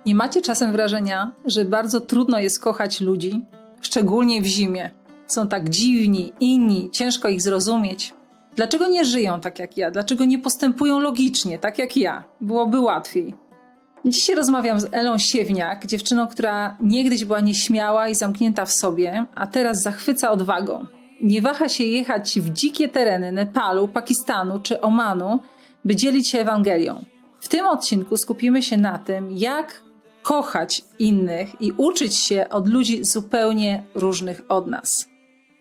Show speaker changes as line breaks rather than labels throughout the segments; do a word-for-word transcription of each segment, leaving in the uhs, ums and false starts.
Nie macie czasem wrażenia, że bardzo trudno jest kochać ludzi, szczególnie w zimie? Są tak dziwni, inni, ciężko ich zrozumieć. Dlaczego nie żyją tak jak ja? Dlaczego nie postępują logicznie, tak jak ja? Byłoby łatwiej. Dzisiaj rozmawiam z Elą Siewniak, dziewczyną, która niegdyś była nieśmiała i zamknięta w sobie, a teraz zachwyca odwagą. Nie waha się jechać w dzikie tereny Nepalu, Pakistanu czy Omanu, by dzielić się Ewangelią. W tym odcinku skupimy się na tym, jak kochać innych i uczyć się od ludzi zupełnie różnych od nas.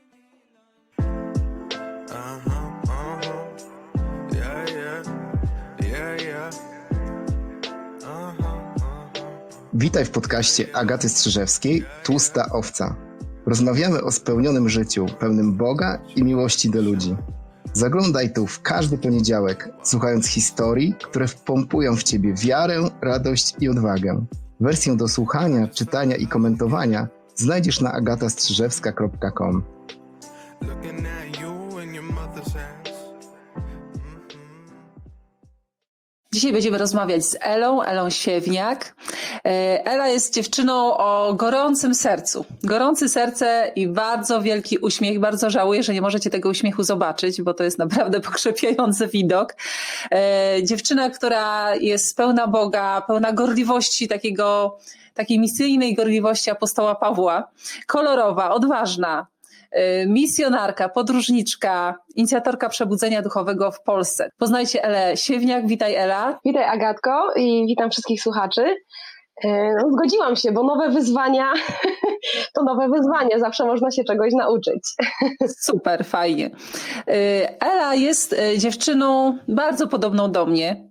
Witaj w podcaście Agaty Strzyżewskiej Tłusta Owca. Rozmawiamy o spełnionym życiu, pełnym Boga i miłości do ludzi. Zaglądaj tu w każdy poniedziałek, słuchając historii, które wpompują w ciebie wiarę, radość i odwagę. Wersję do słuchania, czytania i komentowania znajdziesz na agata strzyżewska kropka com.
Dzisiaj będziemy rozmawiać z Elą, Elą Siewniak. Ela jest dziewczyną o gorącym sercu. Gorące serce i bardzo wielki uśmiech. Bardzo żałuję, że nie możecie tego uśmiechu zobaczyć, bo to jest naprawdę pokrzepiający widok. Dziewczyna, która jest pełna Boga, pełna gorliwości, takiego, takiej misyjnej gorliwości apostoła Pawła. Kolorowa, odważna. Misjonarka, podróżniczka, inicjatorka przebudzenia duchowego w Polsce. Poznajcie Elę Siewniak. Witaj, Ela.
Witaj, Agatko, i witam wszystkich słuchaczy. No, zgodziłam się, bo nowe wyzwania to nowe wyzwanie, zawsze można się czegoś nauczyć.
Super, fajnie. Ela jest dziewczyną bardzo podobną do mnie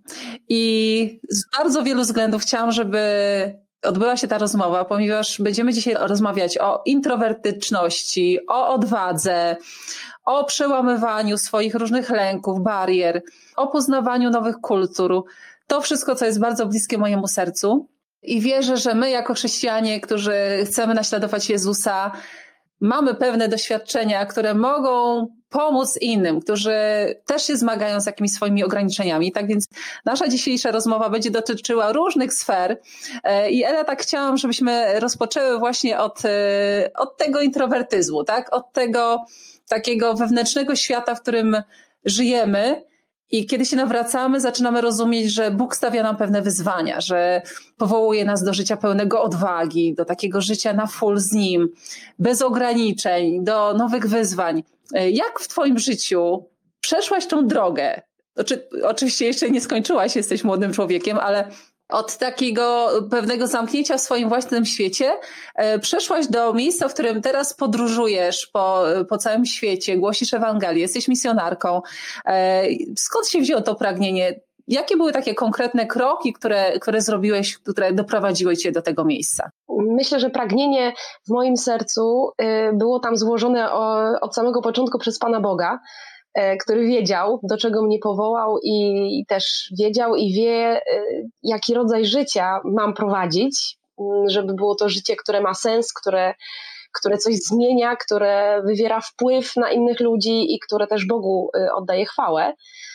i z bardzo wielu względów chciałam, żeby odbyła się ta rozmowa, ponieważ będziemy dzisiaj rozmawiać o introwertyczności, o odwadze, o przełamywaniu swoich różnych lęków, barier, o poznawaniu nowych kultur. To wszystko, co jest bardzo bliskie mojemu sercu. I wierzę, że my jako chrześcijanie, którzy chcemy naśladować Jezusa, mamy pewne doświadczenia, które mogą pomóc innym, którzy też się zmagają z jakimiś swoimi ograniczeniami. Tak więc nasza dzisiejsza rozmowa będzie dotyczyła różnych sfer i Ela, tak chciałam, żebyśmy rozpoczęły właśnie od, od tego introwertyzmu, tak? Od tego takiego wewnętrznego świata, w którym żyjemy. I kiedy się nawracamy, zaczynamy rozumieć, że Bóg stawia nam pewne wyzwania, że powołuje nas do życia pełnego odwagi, do takiego życia na full z Nim, bez ograniczeń, do nowych wyzwań. Jak w twoim życiu przeszłaś tą drogę? Oczy, oczywiście jeszcze nie skończyłaś, jesteś młodym człowiekiem, ale od takiego pewnego zamknięcia w swoim własnym świecie e, przeszłaś do miejsca, w którym teraz podróżujesz po, po całym świecie, głosisz Ewangelię, jesteś misjonarką. E, skąd się wzięło to pragnienie? Jakie były takie konkretne kroki, które, które zrobiłeś, które doprowadziły cię do tego miejsca?
Myślę, że pragnienie w moim sercu y, było tam złożone o, od samego początku przez Pana Boga, który wiedział, do czego mnie powołał i też wiedział i wie, jaki rodzaj życia mam prowadzić, żeby było to życie, które ma sens, które, które coś zmienia, które wywiera wpływ na innych ludzi i które też Bogu oddaje chwałę.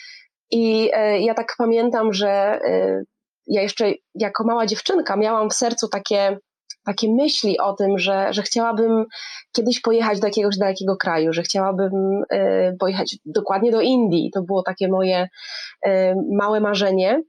I ja tak pamiętam, że ja jeszcze jako mała dziewczynka miałam w sercu takie takie myśli o tym, że, że chciałabym kiedyś pojechać do jakiegoś dalekiego kraju, że chciałabym y, pojechać dokładnie do Indii. To było takie moje y, małe marzenie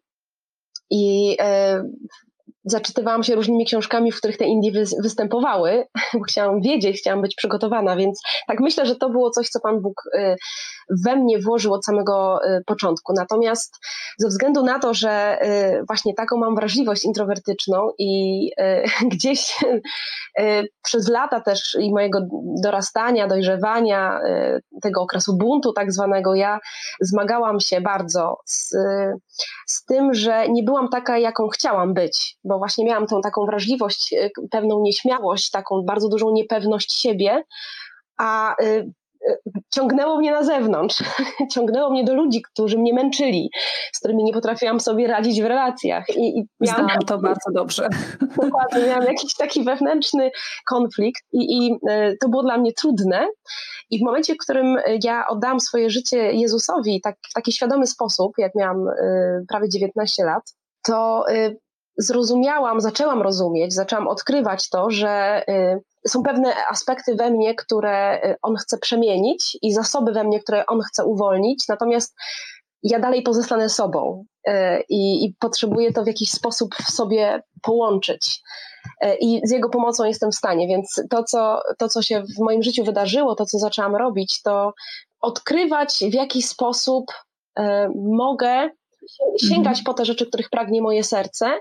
i y, zaczytywałam się różnymi książkami, w których te Indie wy, występowały, bo chciałam wiedzieć, chciałam być przygotowana, więc tak myślę, że to było coś, co Pan Bóg y, we mnie włożył od samego y, początku. Natomiast ze względu na to, że y, właśnie taką mam wrażliwość introwertyczną i y, gdzieś y, przez lata też i mojego dorastania, dojrzewania, y, tego okresu buntu tak zwanego, ja zmagałam się bardzo z, y, z tym, że nie byłam taka, jaką chciałam być, bo właśnie miałam tą taką wrażliwość, y, pewną nieśmiałość, taką bardzo dużą niepewność siebie, a y, ciągnęło mnie na zewnątrz, ciągnęło mnie do ludzi, którzy mnie męczyli, z którymi nie potrafiłam sobie radzić w relacjach. I, i
miałam Znam to bardzo dobrze.
Dokładnie, miałam jakiś taki wewnętrzny konflikt i, i to było dla mnie trudne. I w momencie, w którym ja oddałam swoje życie Jezusowi tak, w taki świadomy sposób, jak miałam y, prawie dziewiętnaście lat, to y, zrozumiałam, zaczęłam rozumieć, zaczęłam odkrywać to, że y, są pewne aspekty we mnie, które y, on chce przemienić i zasoby we mnie, które on chce uwolnić, natomiast ja dalej pozostanę sobą y, i, i potrzebuję to w jakiś sposób w sobie połączyć. Y, I z jego pomocą jestem w stanie, więc to co, to, co się w moim życiu wydarzyło, to, co zaczęłam robić, to odkrywać, w jaki sposób y, mogę sięgać
Mhm.
po te rzeczy, których pragnie moje serce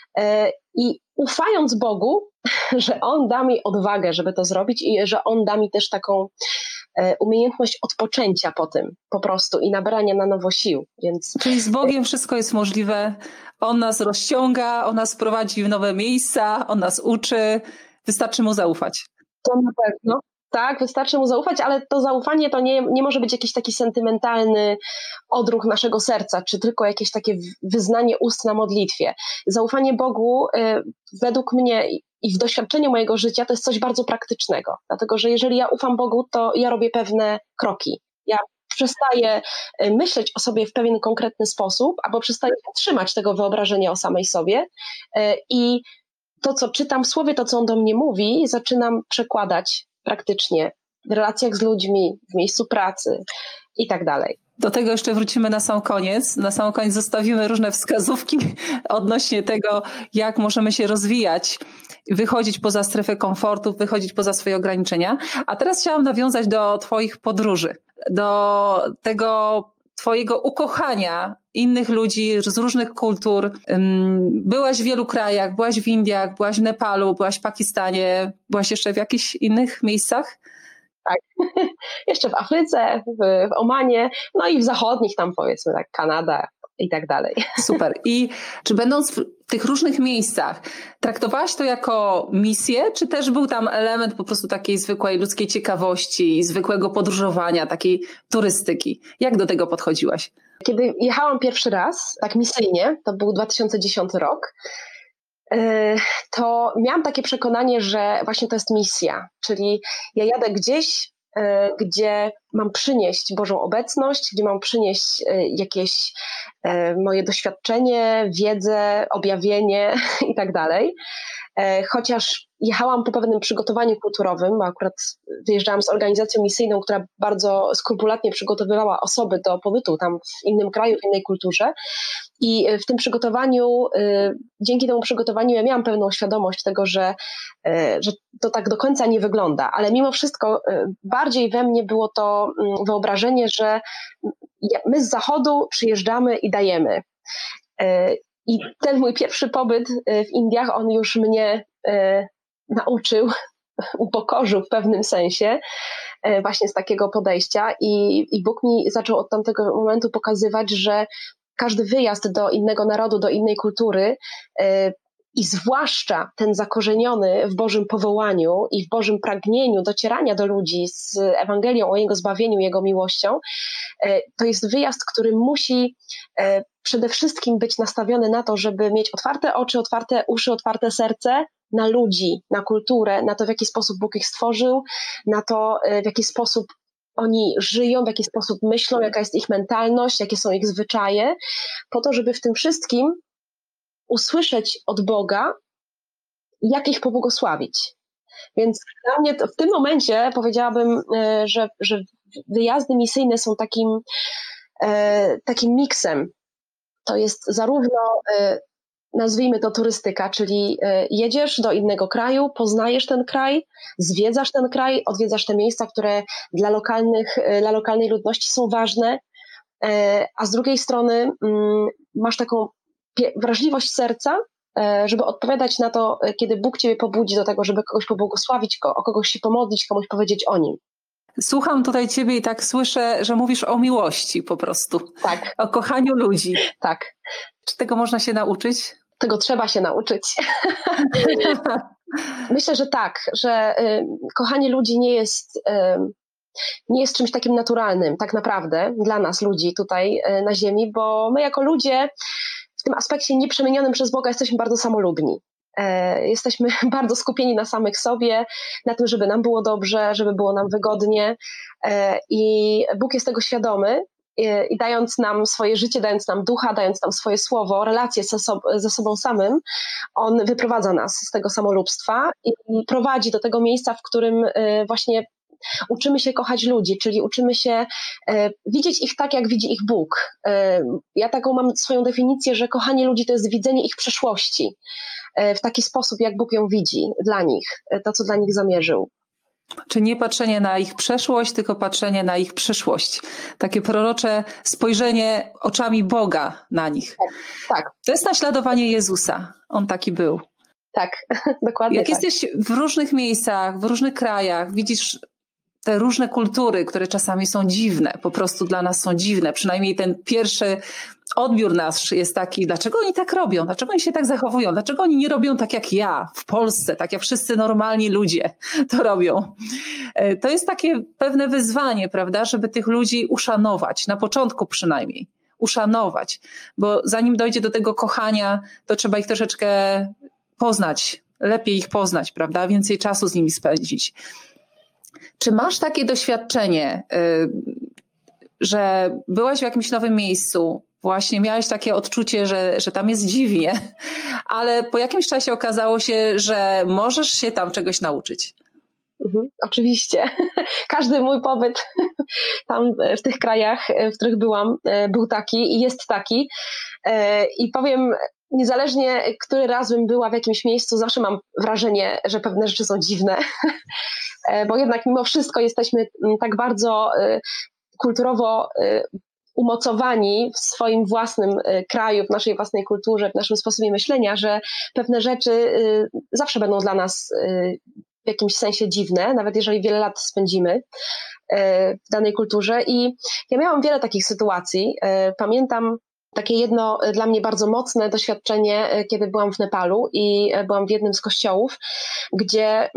e, i ufając Bogu, że On da mi odwagę, żeby to zrobić i że On da mi też taką e, umiejętność odpoczęcia po tym po prostu i nabrania na nowo sił. Więc
Czyli z Bogiem wszystko jest możliwe. On nas rozciąga, on nas prowadzi w nowe miejsca, on nas uczy. Wystarczy mu zaufać.
to na pewno. Tak, wystarczy mu zaufać, ale to zaufanie to nie, nie może być jakiś taki sentymentalny odruch naszego serca, czy tylko jakieś takie wyznanie ust na modlitwie. Zaufanie Bogu y, według mnie i w doświadczeniu mojego życia to jest coś bardzo praktycznego, dlatego że jeżeli ja ufam Bogu, to ja robię pewne kroki. Ja przestaję y, myśleć o sobie w pewien konkretny sposób, albo przestaję trzymać tego wyobrażenia o samej sobie y, i to, co czytam w słowie, to, co on do mnie mówi, zaczynam przekładać praktycznie w relacjach z ludźmi, w miejscu pracy i tak dalej.
Do tego jeszcze wrócimy na sam koniec. Na sam koniec zostawimy różne wskazówki odnośnie tego, jak możemy się rozwijać, wychodzić poza strefę komfortu, wychodzić poza swoje ograniczenia. A teraz chciałam nawiązać do twoich podróży, do tego twojego ukochania innych ludzi z różnych kultur. Byłaś w wielu krajach, byłaś w Indiach, byłaś w Nepalu, byłaś w Pakistanie, byłaś jeszcze w jakichś innych miejscach?
Tak, jeszcze w Afryce, w, w Omanie, no i w zachodnich tam powiedzmy tak, Kanada i tak dalej.
Super. I czy będąc w tych różnych miejscach, traktowałaś to jako misję, czy też był tam element po prostu takiej zwykłej ludzkiej ciekawości, zwykłego podróżowania, takiej turystyki? Jak do tego podchodziłaś?
Kiedy jechałam pierwszy raz, tak misyjnie, to był dwa tysiące dziesiąty rok, to miałam takie przekonanie, że właśnie to jest misja, czyli ja jadę gdzieś, gdzie mam przynieść Bożą obecność, gdzie mam przynieść jakieś moje doświadczenie, wiedzę, objawienie i tak dalej. Chociaż jechałam po pewnym przygotowaniu kulturowym, bo akurat wyjeżdżałam z organizacją misyjną, która bardzo skrupulatnie przygotowywała osoby do pobytu tam w innym kraju, w innej kulturze. I w tym przygotowaniu, dzięki temu przygotowaniu ja miałam pewną świadomość tego, że, że to tak do końca nie wygląda, ale mimo wszystko bardziej we mnie było to wyobrażenie, że my z zachodu przyjeżdżamy i dajemy. I ten mój pierwszy pobyt w Indiach, on już mnie nauczył, upokorzył w pewnym sensie właśnie z takiego podejścia i, i Bóg mi zaczął od tamtego momentu pokazywać, że każdy wyjazd do innego narodu, do innej kultury i zwłaszcza ten zakorzeniony w Bożym powołaniu i w Bożym pragnieniu docierania do ludzi z Ewangelią o Jego zbawieniu, Jego miłością, to jest wyjazd, który musi przede wszystkim być nastawiony na to, żeby mieć otwarte oczy, otwarte uszy, otwarte serce na ludzi, na kulturę, na to, w jaki sposób Bóg ich stworzył, na to, w jaki sposób oni żyją, w jaki sposób myślą, jaka jest ich mentalność, jakie są ich zwyczaje, po to, żeby w tym wszystkim usłyszeć od Boga, jak ich pobłogosławić. Więc dla mnie to w tym momencie powiedziałabym, że, że wyjazdy misyjne są takim, takim miksem. To jest zarówno, nazwijmy to turystyka, czyli jedziesz do innego kraju, poznajesz ten kraj, zwiedzasz ten kraj, odwiedzasz te miejsca, które dla, lokalnych, dla lokalnej ludności są ważne, a z drugiej strony masz taką wrażliwość serca, żeby odpowiadać na to, kiedy Bóg ciebie pobudzi do tego, żeby kogoś pobłogosławić, o kogoś się pomodlić, komuś powiedzieć o nim.
Słucham tutaj ciebie i tak słyszę, że mówisz o miłości po prostu.
Tak.
O kochaniu ludzi.
Tak.
Czy tego można się nauczyć?
Tego trzeba się nauczyć. Myślę, że tak, że y, kochanie ludzi nie jest, y, nie jest czymś takim naturalnym tak naprawdę dla nas ludzi tutaj y, na ziemi, bo my jako ludzie w tym aspekcie nieprzemienionym przez Boga jesteśmy bardzo samolubni. Jesteśmy bardzo skupieni na samych sobie, na tym, żeby nam było dobrze, żeby było nam wygodnie i Bóg jest tego świadomy i dając nam swoje życie, dając nam ducha, dając nam swoje słowo, relacje ze, sob ze sobą samym, on wyprowadza nas z tego samolubstwa i prowadzi do tego miejsca, w którym właśnie uczymy się kochać ludzi, czyli uczymy się e, widzieć ich tak, jak widzi ich Bóg. E, ja taką mam swoją definicję, że kochanie ludzi to jest widzenie ich przeszłości e, w taki sposób, jak Bóg ją widzi dla nich, e, to, co dla nich zamierzył.
Czy nie patrzenie na ich przeszłość, tylko patrzenie na ich przyszłość. Takie prorocze spojrzenie oczami Boga na nich.
Tak, tak.
To jest naśladowanie Jezusa. On taki był.
Tak, dokładnie.
Jak
tak.
jesteś w różnych miejscach, w różnych krajach, widzisz te różne kultury, które czasami są dziwne, po prostu dla nas są dziwne. Przynajmniej ten pierwszy odbiór nasz jest taki, dlaczego oni tak robią, dlaczego oni się tak zachowują, dlaczego oni nie robią tak jak ja w Polsce, tak jak wszyscy normalni ludzie to robią. To jest takie pewne wyzwanie, prawda, żeby tych ludzi uszanować, na początku przynajmniej, uszanować, bo zanim dojdzie do tego kochania, to trzeba ich troszeczkę poznać, lepiej ich poznać, prawda, więcej czasu z nimi spędzić. Czy masz takie doświadczenie, że byłaś w jakimś nowym miejscu, właśnie miałaś takie odczucie, że, że tam jest dziwnie, ale po jakimś czasie okazało się, że możesz się tam czegoś nauczyć?
Mhm, oczywiście. Każdy mój pobyt tam w tych krajach, w których byłam, był taki i jest taki. I powiem, niezależnie, który raz bym była w jakimś miejscu, zawsze mam wrażenie, że pewne rzeczy są dziwne, bo jednak mimo wszystko jesteśmy tak bardzo kulturowo umocowani w swoim własnym kraju, w naszej własnej kulturze, w naszym sposobie myślenia, że pewne rzeczy zawsze będą dla nas w jakimś sensie dziwne, nawet jeżeli wiele lat spędzimy w danej kulturze. I ja miałam wiele takich sytuacji. Pamiętam takie jedno dla mnie bardzo mocne doświadczenie, kiedy byłam w Nepalu i byłam w jednym z kościołów, gdzie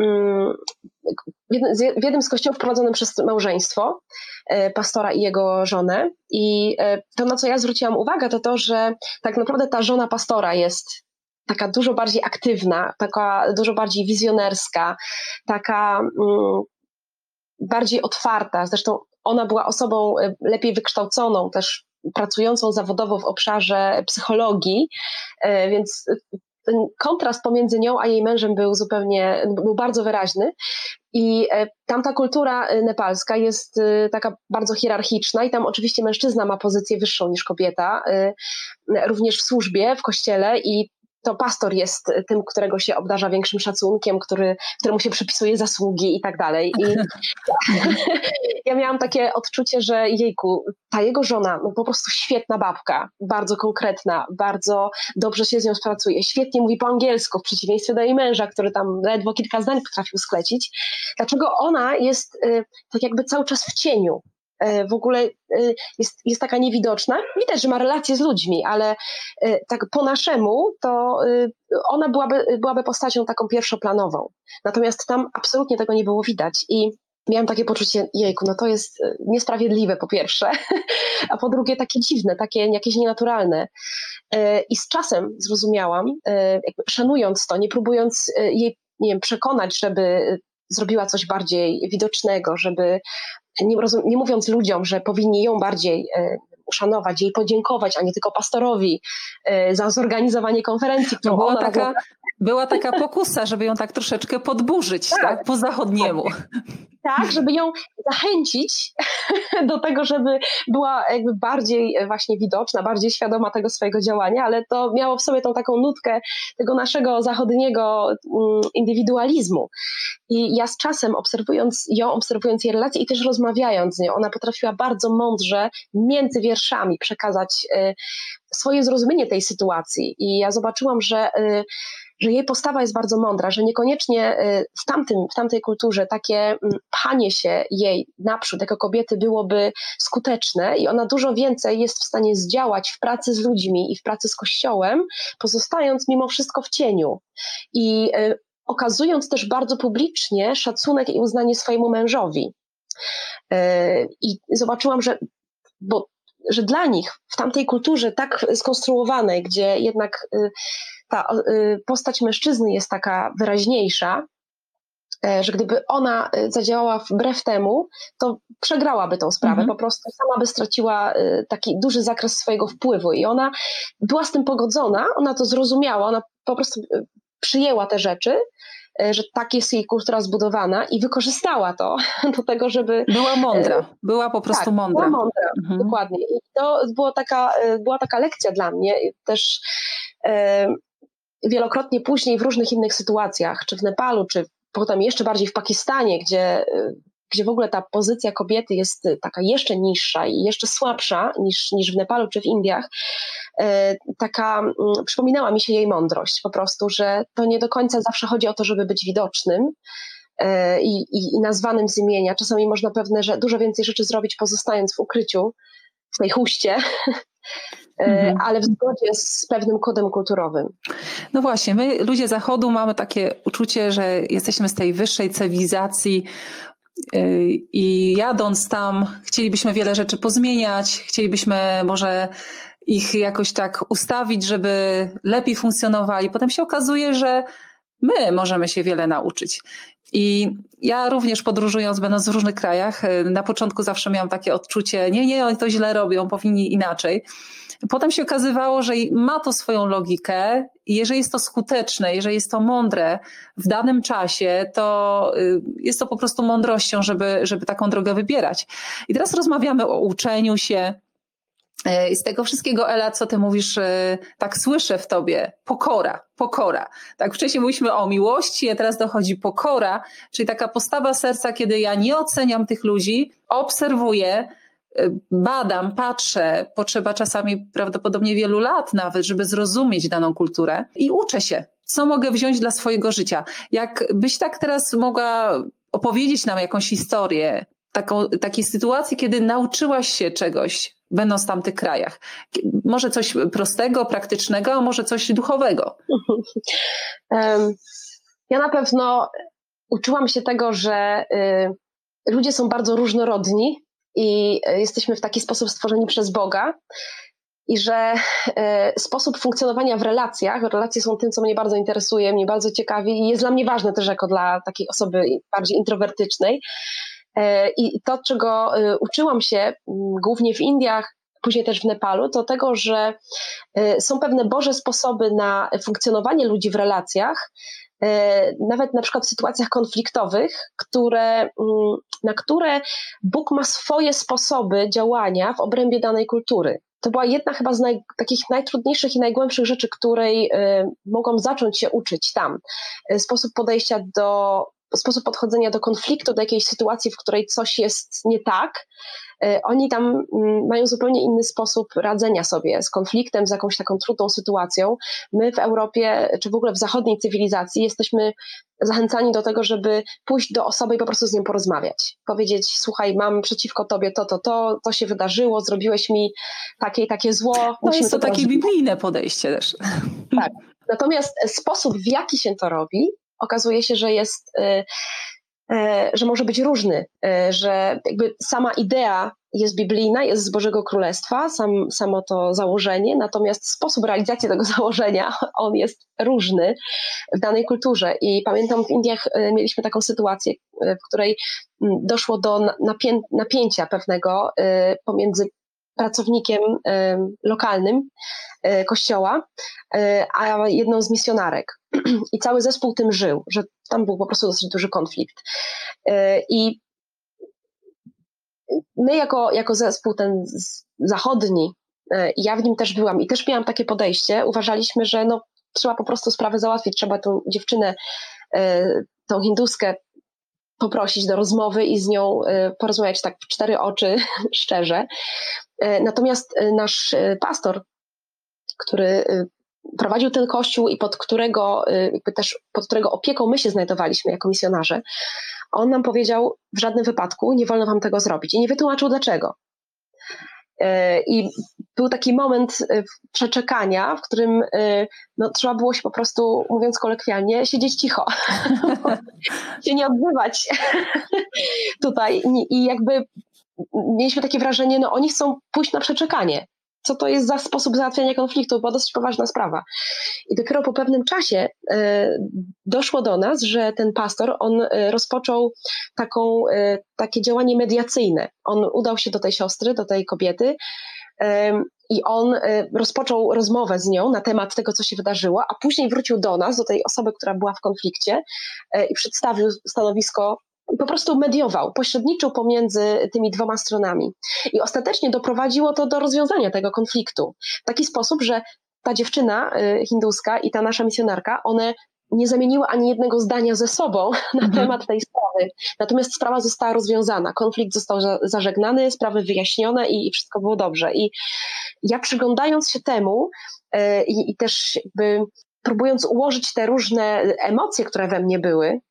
w jednym z kościołów prowadzonym przez małżeństwo, pastora i jego żonę. I to, na co ja zwróciłam uwagę, to to, że tak naprawdę ta żona pastora jest taka dużo bardziej aktywna, taka dużo bardziej wizjonerska, taka mm, bardziej otwarta. Zresztą ona była osobą lepiej wykształconą, też pracującą zawodowo w obszarze psychologii, więc ten kontrast pomiędzy nią a jej mężem był zupełnie, był bardzo wyraźny. I tamta kultura nepalska jest taka bardzo hierarchiczna i tam oczywiście mężczyzna ma pozycję wyższą niż kobieta, również w służbie, w kościele, i to pastor jest tym, którego się obdarza większym szacunkiem, który, któremu się przypisuje zasługi i tak dalej. I ja miałam takie odczucie, że jejku, ta jego żona, no po prostu świetna babka, bardzo konkretna, bardzo dobrze się z nią spracuje, świetnie mówi po angielsku, w przeciwieństwie do jej męża, który tam ledwo kilka zdań potrafił sklecić. Dlaczego ona jest y, tak jakby cały czas w cieniu? W ogóle jest, jest taka niewidoczna. Widać, że ma relacje z ludźmi, ale tak po naszemu to ona byłaby, byłaby postacią taką pierwszoplanową. Natomiast tam absolutnie tego nie było widać i miałam takie poczucie, jejku, no to jest niesprawiedliwe po pierwsze, a po drugie takie dziwne, takie jakieś nienaturalne. I z czasem zrozumiałam, jakby szanując to, nie próbując jej, nie wiem, przekonać, żeby zrobiła coś bardziej widocznego, żeby nie, nie mówiąc ludziom, że powinni ją bardziej e, uszanować, jej podziękować, a nie tylko pastorowi e, za zorganizowanie konferencji.
No była,
ona
taka,
robiła.
była taka pokusa, żeby ją tak troszeczkę podburzyć, tak, tak? Po zachodniemu.
Tak, żeby ją zachęcić do tego, żeby była jakby bardziej właśnie widoczna, bardziej świadoma tego swojego działania, ale to miało w sobie tą taką nutkę tego naszego zachodniego indywidualizmu. I ja z czasem obserwując ją, obserwując jej relacje i też rozmawiając z nią, ona potrafiła bardzo mądrze między wierszami przekazać swoje zrozumienie tej sytuacji. I ja zobaczyłam, że że jej postawa jest bardzo mądra, że niekoniecznie w, tamtym, w tamtej kulturze takie pchanie się jej naprzód jako kobiety byłoby skuteczne i ona dużo więcej jest w stanie zdziałać w pracy z ludźmi i w pracy z Kościołem, pozostając mimo wszystko w cieniu i y, okazując też bardzo publicznie szacunek i uznanie swojemu mężowi. Y, I zobaczyłam, że bo, że dla nich w tamtej kulturze tak skonstruowanej, gdzie jednak y, ta postać mężczyzny jest taka wyraźniejsza, że gdyby ona zadziałała wbrew temu, to przegrałaby tą sprawę, mhm. po prostu sama by straciła taki duży zakres swojego wpływu i ona była z tym pogodzona, ona to zrozumiała, ona po prostu przyjęła te rzeczy, że tak jest jej kultura zbudowana i wykorzystała to do tego, żeby...
Była mądra, była po prostu
tak,
mądra.
była mądra,
mhm.
dokładnie. I to była taka, była taka lekcja dla mnie, też e, wielokrotnie później w różnych innych sytuacjach, czy w Nepalu, czy potem jeszcze bardziej w Pakistanie, gdzie, gdzie w ogóle ta pozycja kobiety jest taka jeszcze niższa i jeszcze słabsza niż, niż w Nepalu czy w Indiach, taka, przypominała mi się jej mądrość po prostu, że to nie do końca zawsze chodzi o to, żeby być widocznym i, i, i nazwanym z imienia. Czasami można pewne, że dużo więcej rzeczy zrobić pozostając w ukryciu, w tej huście, mhm. ale w zgodzie z pewnym kodem kulturowym.
No właśnie, my ludzie Zachodu mamy takie uczucie, że jesteśmy z tej wyższej cywilizacji i jadąc tam chcielibyśmy wiele rzeczy pozmieniać, chcielibyśmy może ich jakoś tak ustawić, żeby lepiej funkcjonowali. Potem się okazuje, że my możemy się wiele nauczyć. I ja również podróżując, będąc w różnych krajach, na początku zawsze miałam takie odczucie, nie, nie, oni to źle robią, powinni inaczej. Potem się okazywało, że ma to swoją logikę i jeżeli jest to skuteczne, jeżeli jest to mądre w danym czasie, to jest to po prostu mądrością, żeby, żeby taką drogę wybierać. I teraz rozmawiamy o uczeniu się. I z tego wszystkiego, Ela, co ty mówisz, tak słyszę w tobie, pokora, pokora. Tak wcześniej mówiliśmy o miłości, a teraz dochodzi pokora, czyli taka postawa serca, kiedy ja nie oceniam tych ludzi, obserwuję, badam, patrzę, potrzeba czasami prawdopodobnie wielu lat nawet, żeby zrozumieć daną kulturę i uczę się, co mogę wziąć dla swojego życia. Jakbyś tak teraz mogła opowiedzieć nam jakąś historię, taką, takiej sytuacji, kiedy nauczyłaś się czegoś, będąc w tamtych krajach. Może coś prostego, praktycznego, a może coś duchowego.
Ja na pewno uczyłam się tego, że ludzie są bardzo różnorodni i jesteśmy w taki sposób stworzeni przez Boga i że sposób funkcjonowania w relacjach, relacje są tym, co mnie bardzo interesuje, mnie bardzo ciekawi i jest dla mnie ważne też jako dla takiej osoby bardziej introwertycznej. I to, czego uczyłam się głównie w Indiach, później też w Nepalu, to tego, że są pewne Boże sposoby na funkcjonowanie ludzi w relacjach, nawet na przykład w sytuacjach konfliktowych, które, na które Bóg ma swoje sposoby działania w obrębie danej kultury. To była jedna chyba z naj, takich najtrudniejszych i najgłębszych rzeczy, której y, mogłam zacząć się uczyć tam. Sposób podejścia do sposób podchodzenia do konfliktu, do jakiejś sytuacji, w której coś jest nie tak, oni tam mają zupełnie inny sposób radzenia sobie z konfliktem, z jakąś taką trudną sytuacją. My w Europie, czy w ogóle w zachodniej cywilizacji jesteśmy zachęcani do tego, żeby pójść do osoby i po prostu z nią porozmawiać. Powiedzieć, słuchaj, mam przeciwko tobie to, to, to, to się wydarzyło, zrobiłeś mi takie i takie zło.
No jest to, to takie
rozwiązać.
biblijne podejście też.
Tak. Natomiast sposób, w jaki się to robi, okazuje się, że jest, że może być różny, że jakby sama idea jest biblijna, jest z Bożego Królestwa, sam, samo to założenie, natomiast sposób realizacji tego założenia, on jest różny w danej kulturze. I pamiętam, w Indiach mieliśmy taką sytuację, w której doszło do napię- napięcia pewnego pomiędzy pracownikiem lokalnym kościoła, a jedną z misjonarek. I cały zespół tym żył, że tam był po prostu dosyć duży konflikt. I my jako, jako zespół ten zachodni, ja w nim też byłam i też miałam takie podejście, uważaliśmy, że no, trzeba po prostu sprawę załatwić, trzeba tą dziewczynę, tą hinduskę poprosić do rozmowy i z nią porozmawiać tak w cztery oczy, szczerze. Natomiast nasz pastor, który prowadził ten kościół i pod którego, jakby też pod którego opieką my się znajdowaliśmy jako misjonarze, on nam powiedział, w żadnym wypadku nie wolno wam tego zrobić i nie wytłumaczył dlaczego. I był taki moment przeczekania, w którym no, trzeba było się po prostu, mówiąc kolokwialnie, siedzieć cicho, się nie odbywać tutaj i jakby mieliśmy takie wrażenie, no oni chcą pójść na przeczekanie. co to jest za sposób załatwiania konfliktu, była dosyć poważna sprawa. I dopiero po pewnym czasie e, doszło do nas, że ten pastor, on e, rozpoczął taką, e, takie działanie mediacyjne. On udał się do tej siostry, do tej kobiety e, i on e, rozpoczął rozmowę z nią na temat tego, co się wydarzyło, a później wrócił do nas, do tej osoby, która była w konflikcie e, i przedstawił stanowisko, i po prostu mediował, pośredniczył pomiędzy tymi dwoma stronami. I ostatecznie doprowadziło to do rozwiązania tego konfliktu. W taki sposób, że ta dziewczyna y, hinduska i ta nasza misjonarka, one nie zamieniły ani jednego zdania ze sobą na
Mhm.
temat tej sprawy. Natomiast sprawa została rozwiązana, konflikt został za, zażegnany, sprawy wyjaśnione i, i wszystko było dobrze. I ja przyglądając się temu y, i też jakby próbując ułożyć te różne emocje, które we mnie były,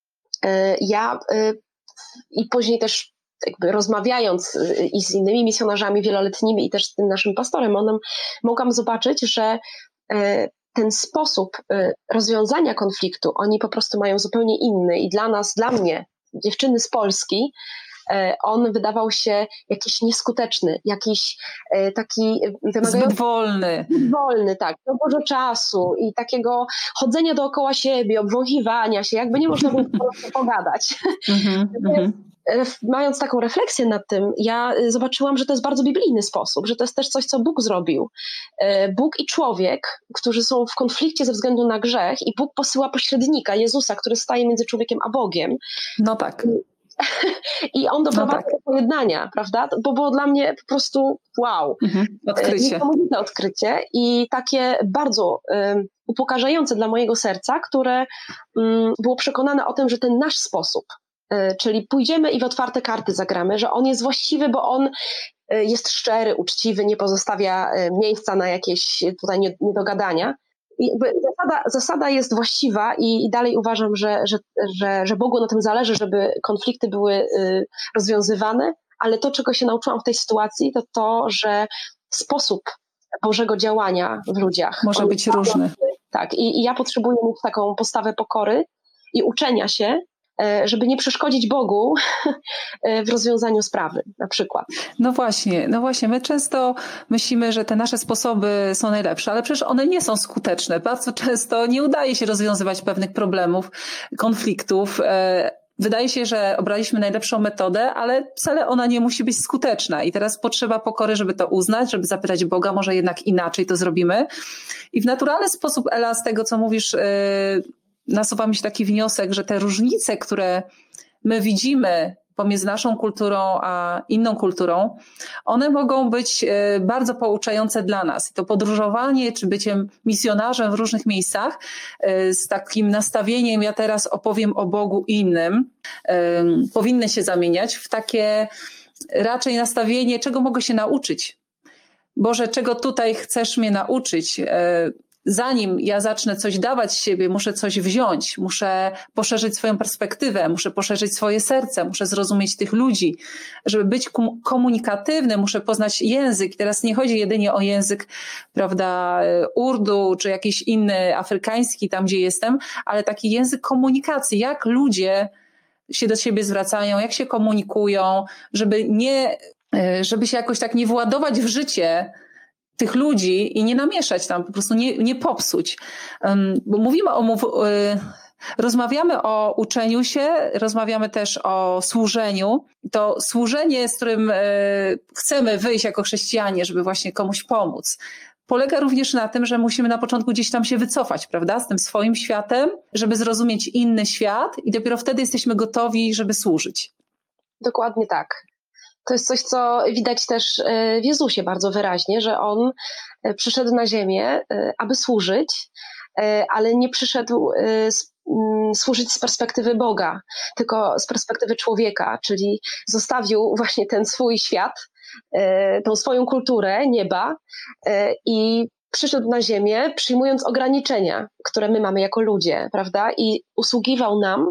ja i później też jakby rozmawiając i z innymi misjonarzami wieloletnimi i też z tym naszym pastorem, onem, mogłam zobaczyć, że ten sposób rozwiązania konfliktu, oni po prostu mają zupełnie inny i dla nas, dla mnie, dziewczyny z Polski, on wydawał się jakiś nieskuteczny, jakiś taki wymagający...
Zbyt wolny.
Wolny, tak, no dużo czasu i takiego chodzenia dookoła siebie, obwąchiwania się, jakby nie można było po prostu pogadać.
Mhm, mhm.
Mając taką refleksję nad tym, ja zobaczyłam, że to jest bardzo biblijny sposób, że to jest też coś, co Bóg zrobił. Bóg i człowiek, którzy są w konflikcie ze względu na grzech i Bóg posyła pośrednika, Jezusa, który staje między człowiekiem a Bogiem.
No tak.
I on doprowadza
No tak.
do pojednania, prawda? Bo było dla mnie po prostu wow.
Mhm. Odkrycie.
Niesamowite odkrycie i takie bardzo um, upokarzające dla mojego serca, które um, było przekonane o tym, że ten nasz sposób, um, czyli pójdziemy i w otwarte karty zagramy, że on jest właściwy, bo on um, jest szczery, uczciwy, nie pozostawia um, miejsca na jakieś tutaj niedogadania. I zasada, zasada jest właściwa i, i dalej uważam, że, że, że, że Bogu na tym zależy, żeby konflikty były y, rozwiązywane, ale to, czego się nauczyłam w tej sytuacji, to to, że sposób Bożego działania w ludziach
może być różny.
Tak, i, i ja potrzebuję mieć taką postawę pokory i uczenia się, żeby nie przeszkodzić Bogu w rozwiązaniu sprawy, na przykład.
No właśnie, no właśnie, my często myślimy, że te nasze sposoby są najlepsze, ale przecież one nie są skuteczne. Bardzo często nie udaje się rozwiązywać pewnych problemów, konfliktów. Wydaje się, że obraliśmy najlepszą metodę, ale wcale ona nie musi być skuteczna. I teraz potrzeba pokory, żeby to uznać, żeby zapytać Boga, może jednak inaczej to zrobimy. I w naturalny sposób, Ela, z tego, co mówisz, nasuwa mi się taki wniosek, że te różnice, które my widzimy pomiędzy naszą kulturą a inną kulturą, one mogą być bardzo pouczające dla nas. I to podróżowanie czy byciem misjonarzem w różnych miejscach z takim nastawieniem, ja teraz opowiem o Bogu innym, powinny się zamieniać w takie raczej nastawienie, czego mogę się nauczyć. Boże, czego tutaj chcesz mnie nauczyć? Zanim ja zacznę coś dawać z siebie, muszę coś wziąć, muszę poszerzyć swoją perspektywę, muszę poszerzyć swoje serce, muszę zrozumieć tych ludzi. Żeby być komunikatywny, muszę poznać język. I teraz nie chodzi jedynie o język, prawda, urdu czy jakiś inny afrykański, tam gdzie jestem, ale taki język komunikacji, jak ludzie się do siebie zwracają, jak się komunikują, żeby nie, żeby się jakoś tak nie władować w życie tych ludzi i nie namieszać tam, po prostu nie, nie popsuć. Um, bo mówimy o, mów, y, rozmawiamy o uczeniu się, rozmawiamy też o służeniu. To służenie, z którym y, chcemy wyjść jako chrześcijanie, żeby właśnie komuś pomóc, polega również na tym, że musimy na początku gdzieś tam się wycofać, prawda, z tym swoim światem, żeby zrozumieć inny świat i dopiero wtedy jesteśmy gotowi, żeby służyć.
Dokładnie tak. To jest coś, co widać też w Jezusie bardzo wyraźnie, że On przyszedł na ziemię, aby służyć, ale nie przyszedł służyć z perspektywy Boga, tylko z perspektywy człowieka, czyli zostawił właśnie ten swój świat, tą swoją kulturę nieba i przyszedł na ziemię, przyjmując ograniczenia, które my mamy jako ludzie, prawda? I usługiwał nam,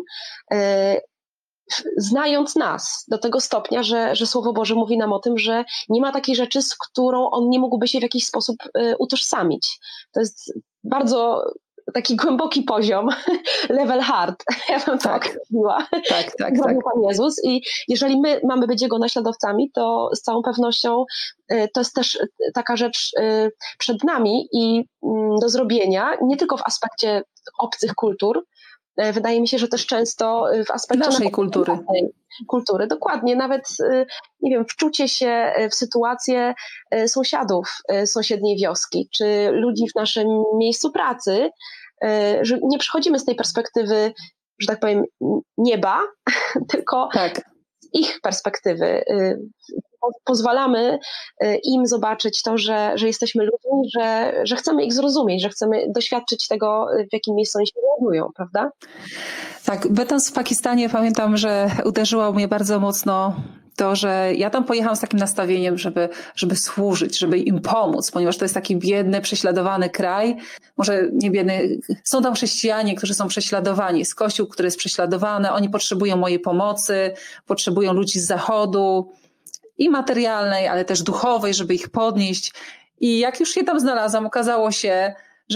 znając nas do tego stopnia, że, że Słowo Boże mówi nam o tym, że nie ma takiej rzeczy, z którą on nie mógłby się w jakiś sposób utożsamić. To jest bardzo taki głęboki poziom, level hard, ja bym to
Tak.
określiła.
Tak, tak,
Zrobił
tak.
Pan Jezus i jeżeli my mamy być Jego naśladowcami, to z całą pewnością y, to jest też taka rzecz y, przed nami i mm, do zrobienia, nie tylko w aspekcie obcych kultur, y, wydaje mi się, że też często y, w aspekcie
Naszej
nawet
kultury.
własnej kultury, dokładnie, nawet y, nie wiem, wczucie się y, w sytuację y, sąsiadów y, sąsiedniej wioski, czy ludzi w naszym miejscu pracy, y, że nie przychodzimy z tej perspektywy, że tak powiem, nieba, tylko
Tak.
z ich perspektywy. y, po- Pozwalamy y, im zobaczyć to, że, że jesteśmy ludźmi, że, że chcemy ich zrozumieć, że chcemy doświadczyć tego, y, w jakim miejscu oni się znajdują, prawda?
Tak, będąc w Pakistanie pamiętam, że uderzyło mnie bardzo mocno to, że ja tam pojechałam z takim nastawieniem, żeby, żeby służyć, żeby im pomóc, ponieważ to jest taki biedny, prześladowany kraj. Może nie biedny, są tam chrześcijanie, którzy są prześladowani. Jest kościół, który jest prześladowany, oni potrzebują mojej pomocy, potrzebują ludzi z zachodu i materialnej, ale też duchowej, żeby ich podnieść. I jak już się tam znalazłam, okazało się,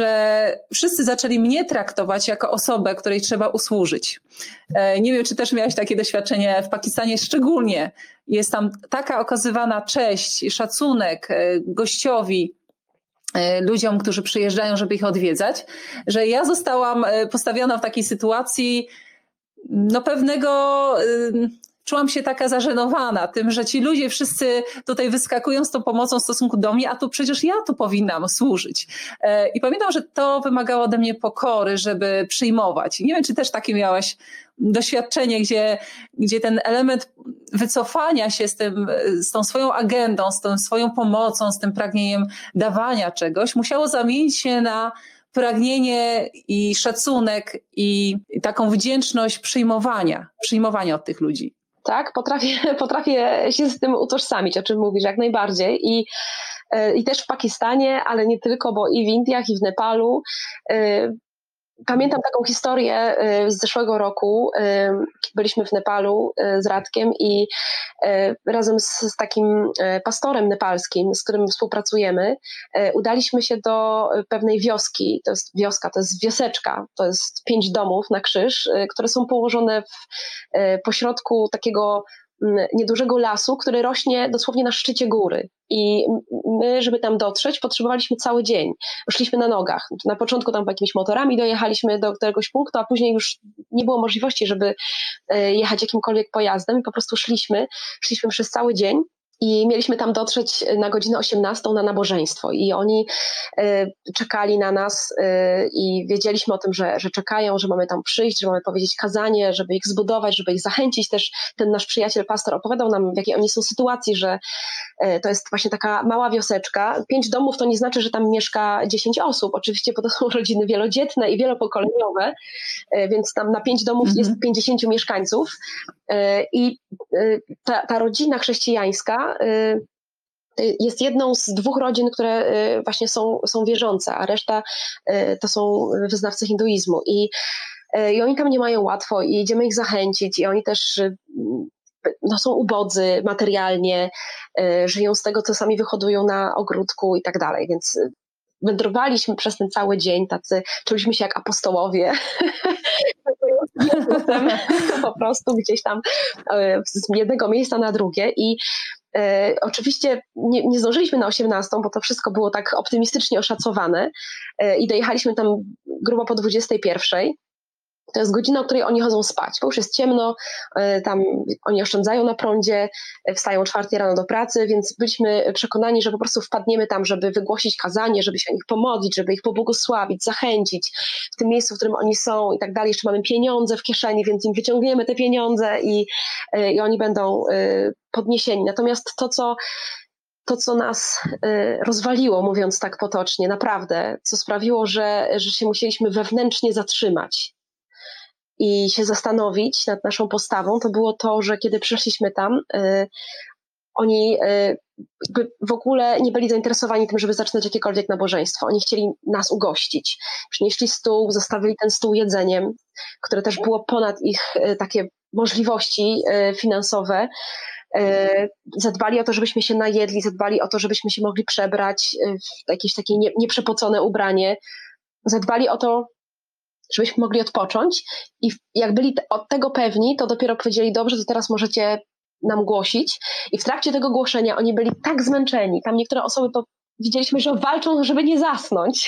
że wszyscy zaczęli mnie traktować jako osobę, której trzeba usłużyć. E, Nie wiem, czy też miałeś takie doświadczenie w Pakistanie szczególnie. Jest tam taka okazywana cześć i szacunek e, gościowi, e, ludziom, którzy przyjeżdżają, żeby ich odwiedzać, że ja zostałam e, postawiona w takiej sytuacji no pewnego... ym, Czułam się taka zażenowana tym, że ci ludzie wszyscy tutaj wyskakują z tą pomocą w stosunku do mnie, a tu przecież ja tu powinnam służyć. E, I pamiętam, że to wymagało ode mnie pokory, żeby przyjmować. Nie wiem, czy też takie miałaś doświadczenie, gdzie, gdzie ten element wycofania się z, tym, z tą swoją agendą, z tą swoją pomocą, z tym pragnieniem dawania czegoś, musiało zamienić się na pragnienie i szacunek i taką wdzięczność przyjmowania, przyjmowania od tych ludzi.
Tak, potrafię, potrafię się z tym utożsamić, o czym mówisz, jak najbardziej. I, y, i też w Pakistanie, ale nie tylko, bo i w Indiach, i w Nepalu. y, Pamiętam taką historię y, z zeszłego roku. y, Byliśmy w Nepalu y, z Radkiem i y, razem z, z takim y, pastorem nepalskim, z którym współpracujemy, y, udaliśmy się do y, pewnej wioski. To jest wioska, to jest wioseczka, to jest pięć domów na krzyż, y, które są położone w y, pośrodku takiego mm, niedużego lasu, który rośnie dosłownie na szczycie góry. I my, żeby tam dotrzeć, potrzebowaliśmy cały dzień. Szliśmy na nogach. Na początku tam jakimiś motorami dojechaliśmy do któregoś punktu, a później już nie było możliwości, żeby e, jechać jakimkolwiek pojazdem i po prostu szliśmy. Szliśmy przez cały dzień. I mieliśmy tam dotrzeć na godzinę osiemnastą na nabożeństwo i oni y, czekali na nas y, i wiedzieliśmy o tym, że, że czekają, że mamy tam przyjść, że mamy powiedzieć kazanie, żeby ich zbudować, żeby ich zachęcić. Też ten nasz przyjaciel, pastor opowiadał nam, w jakiej oni są sytuacji, że y, to jest właśnie taka mała wioseczka. Pięć domów to nie znaczy, że tam mieszka dziesięć osób. Oczywiście, bo to są rodziny wielodzietne i wielopokoleniowe, y, więc tam na pięć domów
Mhm.
jest pięćdziesięciu mieszkańców. Y, I y, ta, ta rodzina chrześcijańska y, jest jedną z dwóch rodzin, które y, właśnie są, są wierzące, a reszta y, to są wyznawcy hinduizmu. I, y, I oni tam nie mają łatwo i idziemy ich zachęcić i oni też y, no, są ubodzy materialnie, y, żyją z tego, co sami wyhodują na ogródku i tak dalej, więc y, wędrowaliśmy przez ten cały dzień, tacy, czuliśmy się jak apostołowie. Po prostu gdzieś tam y, z jednego miejsca na drugie i E, oczywiście nie, nie zdążyliśmy na osiemnastą, bo to wszystko było tak optymistycznie oszacowane e, i dojechaliśmy tam grubo po dwudziestej pierwszej. To jest godzina, o której oni chodzą spać, bo już jest ciemno, e, tam oni oszczędzają na prądzie, e, wstają o czwartej rano do pracy, więc byliśmy przekonani, że po prostu wpadniemy tam, żeby wygłosić kazanie, żeby się o nich pomodlić, żeby ich pobłogosławić, zachęcić w tym miejscu, w którym oni są i tak dalej. Jeszcze mamy pieniądze w kieszeni, więc im wyciągniemy te pieniądze i, e, i oni będą e, podniesieni. Natomiast to, co to, co nas y, rozwaliło, mówiąc tak potocznie, naprawdę, co sprawiło, że, że się musieliśmy wewnętrznie zatrzymać i się zastanowić nad naszą postawą, to było to, że kiedy przyszliśmy tam, y, oni y, w ogóle nie byli zainteresowani tym, żeby zaczynać jakiekolwiek nabożeństwo. Oni chcieli nas ugościć. Przynieśli stół, zastawili ten stół jedzeniem, które też było ponad ich y, takie możliwości y, finansowe. Zadbali o to, żebyśmy się najedli, zadbali o to, żebyśmy się mogli przebrać w jakieś takie nie, nieprzepocone ubranie. Zadbali o to, żebyśmy mogli odpocząć i jak byli od tego pewni, to dopiero powiedzieli, dobrze, to teraz możecie nam głosić. I w trakcie tego głoszenia oni byli tak zmęczeni, tam niektóre osoby to widzieliśmy, że walczą, żeby nie zasnąć.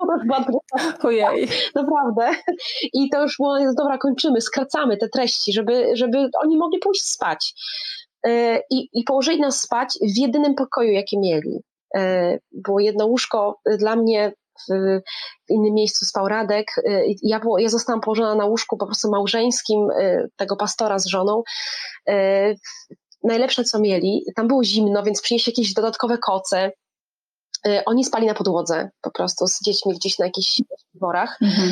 Ojej.
Naprawdę. I to już było, jest dobra, kończymy, skracamy te treści, żeby, żeby oni mogli pójść spać. I, I położyli nas spać w jedynym pokoju, jaki mieli. Było jedno łóżko dla mnie, w, w innym miejscu spał Radek. Ja, było, ja zostałam położona na łóżku po prostu małżeńskim tego pastora z żoną. Najlepsze, co mieli. Tam było zimno, więc przynieśli jakieś dodatkowe koce. Oni spali na podłodze po prostu z dziećmi gdzieś na jakichś worach. Mhm.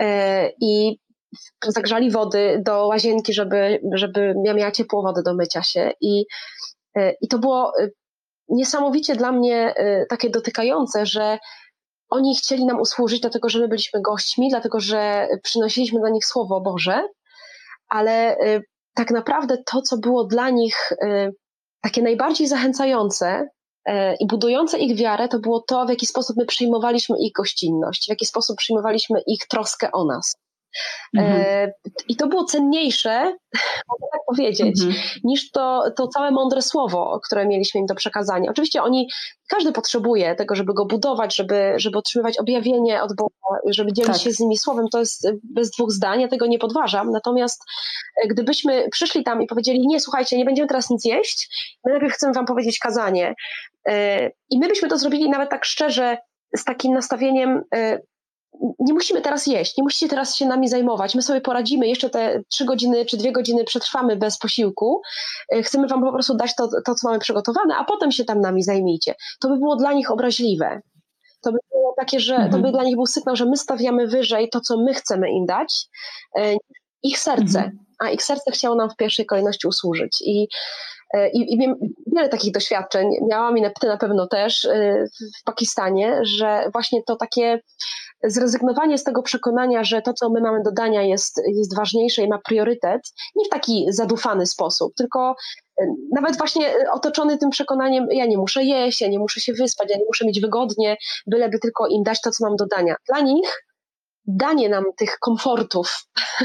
I zagrzali wody do łazienki, żeby, żeby ja miała ciepłą wodę do mycia się. I, i to było niesamowicie dla mnie takie dotykające, że oni chcieli nam usłużyć, dlatego że my byliśmy gośćmi, dlatego że przynosiliśmy dla nich Słowo Boże, ale tak naprawdę to, co było dla nich takie najbardziej zachęcające i budujące ich wiarę, to było to, w jaki sposób my przyjmowaliśmy ich gościnność, w jaki sposób przyjmowaliśmy ich troskę o nas. Mhm. I to było cenniejsze, mogę tak powiedzieć, mhm. niż to, to całe mądre słowo, które mieliśmy im do przekazania. Oczywiście oni, każdy potrzebuje tego, żeby go budować, żeby, żeby otrzymywać objawienie od Boga, żeby dzielić tak. się z nimi słowem, to jest bez dwóch zdań, ja tego nie podważam, natomiast gdybyśmy przyszli tam i powiedzieli, nie, słuchajcie, nie będziemy teraz nic jeść, my najpierw chcemy wam powiedzieć kazanie i my byśmy to zrobili nawet tak szczerze, z takim nastawieniem, nie musimy teraz jeść, nie musicie teraz się nami zajmować, my sobie poradzimy, jeszcze te trzy godziny czy dwie godziny przetrwamy bez posiłku, chcemy wam po prostu dać to, to, co mamy przygotowane, a potem się tam nami zajmijcie. To by było dla nich obraźliwe. To by było takie, że mhm. to by dla nich był sygnał, że my stawiamy wyżej to, co my chcemy im dać, ich serce, mhm. a ich serce chciało nam w pierwszej kolejności usłużyć. I I, i wiele takich doświadczeń miałam i ty na pewno też w Pakistanie, że właśnie to takie zrezygnowanie z tego przekonania, że to, co my mamy do dania jest, jest ważniejsze i ma priorytet, nie w taki zadufany sposób, tylko nawet właśnie otoczony tym przekonaniem, ja nie muszę jeść, ja nie muszę się wyspać, ja nie muszę mieć wygodnie, byleby tylko im dać to, co mam do dania. Dla nich danie nam tych komfortów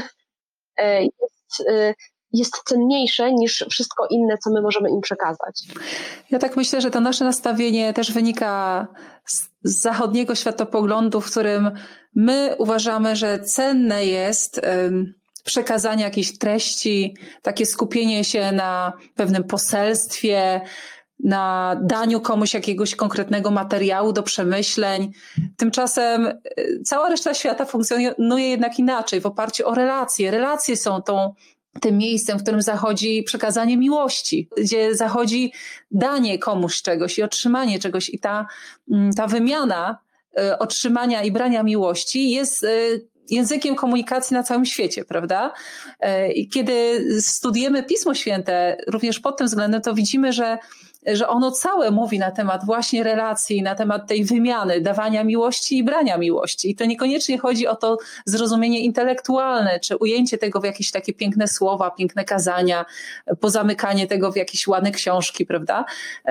jest jest cenniejsze niż wszystko inne, co my możemy im przekazać.
Ja tak myślę, że to nasze nastawienie też wynika z, z zachodniego światopoglądu, w którym my uważamy, że cenne jest um, przekazanie jakiejś treści, takie skupienie się na pewnym poselstwie, na daniu komuś jakiegoś konkretnego materiału do przemyśleń. Tymczasem cała reszta świata funkcjonuje jednak inaczej, w oparciu o relacje. Relacje są tą tym miejscem, w którym zachodzi przekazanie miłości, gdzie zachodzi danie komuś czegoś i otrzymanie czegoś i ta, ta wymiana y, otrzymania i brania miłości jest y, językiem komunikacji na całym świecie, prawda? Y, I kiedy studujemy Pismo Święte, również pod tym względem, to widzimy, że że ono całe mówi na temat właśnie relacji, na temat tej wymiany, dawania miłości i brania miłości. I to niekoniecznie chodzi o to zrozumienie intelektualne, czy ujęcie tego w jakieś takie piękne słowa, piękne kazania, pozamykanie tego w jakieś ładne książki, prawda?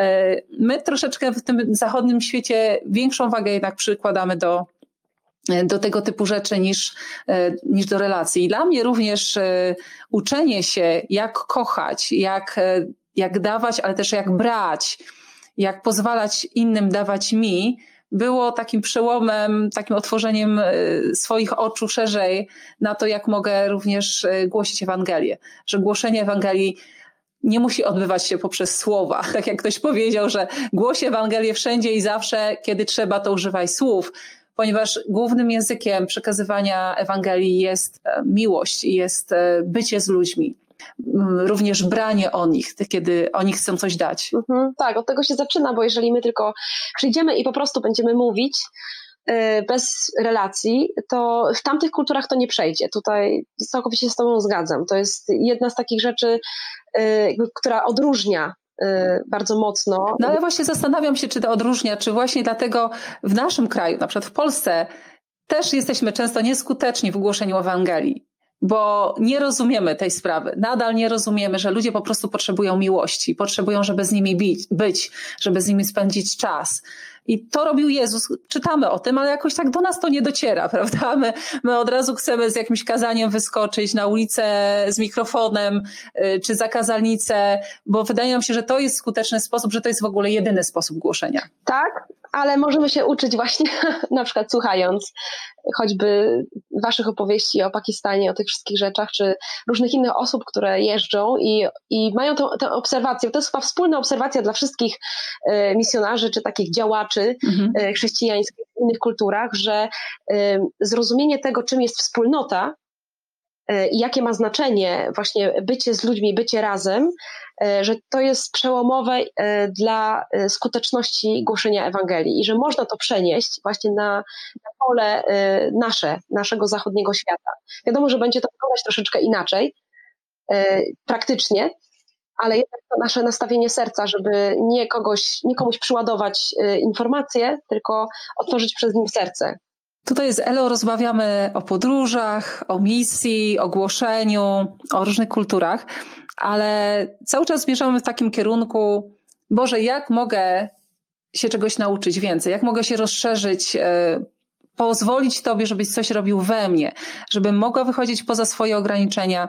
My troszeczkę w tym zachodnim świecie większą wagę jednak przykładamy do do tego typu rzeczy niż, niż do relacji. I dla mnie również uczenie się, jak kochać, jak jak dawać, ale też jak brać, jak pozwalać innym dawać mi, było takim przełomem, takim otworzeniem swoich oczu szerzej na to, jak mogę również głosić Ewangelię. Że głoszenie Ewangelii nie musi odbywać się poprzez słowa. Tak jak ktoś powiedział, że głoś Ewangelię wszędzie i zawsze, kiedy trzeba, to używaj słów, ponieważ głównym językiem przekazywania Ewangelii jest miłość i jest bycie z ludźmi. Również branie o nich, kiedy oni chcą coś dać.
Mhm, tak, od tego się zaczyna, bo jeżeli my tylko przyjdziemy i po prostu będziemy mówić yy, bez relacji, to w tamtych kulturach to nie przejdzie. Tutaj całkowicie się z tobą zgadzam. To jest jedna z takich rzeczy, yy, która odróżnia yy, bardzo mocno.
No ale właśnie zastanawiam się, czy to odróżnia, czy właśnie dlatego w naszym kraju, na przykład w Polsce, też jesteśmy często nieskuteczni w głoszeniu Ewangelii. bo nie rozumiemy tej sprawy. Nadal nie rozumiemy, że ludzie po prostu potrzebują miłości, potrzebują, żeby z nimi być, żeby z nimi spędzić czas. I to robił Jezus. Czytamy o tym, ale jakoś tak do nas to nie dociera, prawda? My, my od razu chcemy z jakimś kazaniem wyskoczyć na ulicę z mikrofonem czy za kazalnicę, bo wydaje nam się, że to jest skuteczny sposób, że to jest w ogóle jedyny sposób głoszenia.
Tak, ale możemy się uczyć właśnie na przykład słuchając choćby waszych opowieści o Pakistanie, o tych wszystkich rzeczach, czy różnych innych osób, które jeżdżą i, i mają tę, tę obserwację. To jest chyba wspólna obserwacja dla wszystkich y, misjonarzy, czy takich działaczy mhm. y, chrześcijańskich w innych kulturach, że y, zrozumienie tego, czym jest wspólnota y, i jakie ma znaczenie właśnie bycie z ludźmi, bycie razem, że to jest przełomowe dla skuteczności głoszenia Ewangelii i że można to przenieść właśnie na, na pole nasze, naszego zachodniego świata. Wiadomo, że będzie to wyglądać troszeczkę inaczej, praktycznie, ale jednak to nasze nastawienie serca, żeby nie, kogoś, nie komuś przyładować informacje, tylko otworzyć przez nim serce.
Tutaj z Elą rozmawiamy o podróżach, o misji, o głoszeniu, o różnych kulturach, ale cały czas zmierzamy w takim kierunku, Boże, jak mogę się czegoś nauczyć więcej, jak mogę się rozszerzyć, pozwolić Tobie, żebyś coś robił we mnie, żebym mogła wychodzić poza swoje ograniczenia.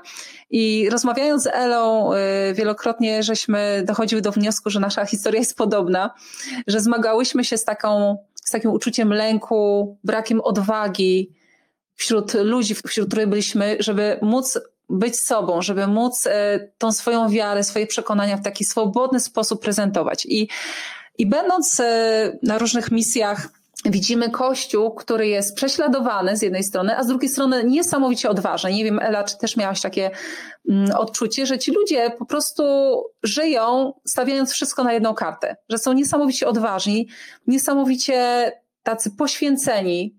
I rozmawiając z Elą, wielokrotnie żeśmy dochodziły do wniosku, że nasza historia jest podobna, że zmagałyśmy się z taką z takim uczuciem lęku, brakiem odwagi wśród ludzi, wśród których byliśmy, żeby móc być sobą, żeby móc tą swoją wiarę, swoje przekonania w taki swobodny sposób prezentować. I, i będąc na różnych misjach, widzimy Kościół, który jest prześladowany z jednej strony, a z drugiej strony niesamowicie odważny. Nie wiem, Ela, czy też miałaś takie mm, odczucie, że ci ludzie po prostu żyją, stawiając wszystko na jedną kartę, że są niesamowicie odważni, niesamowicie tacy poświęceni,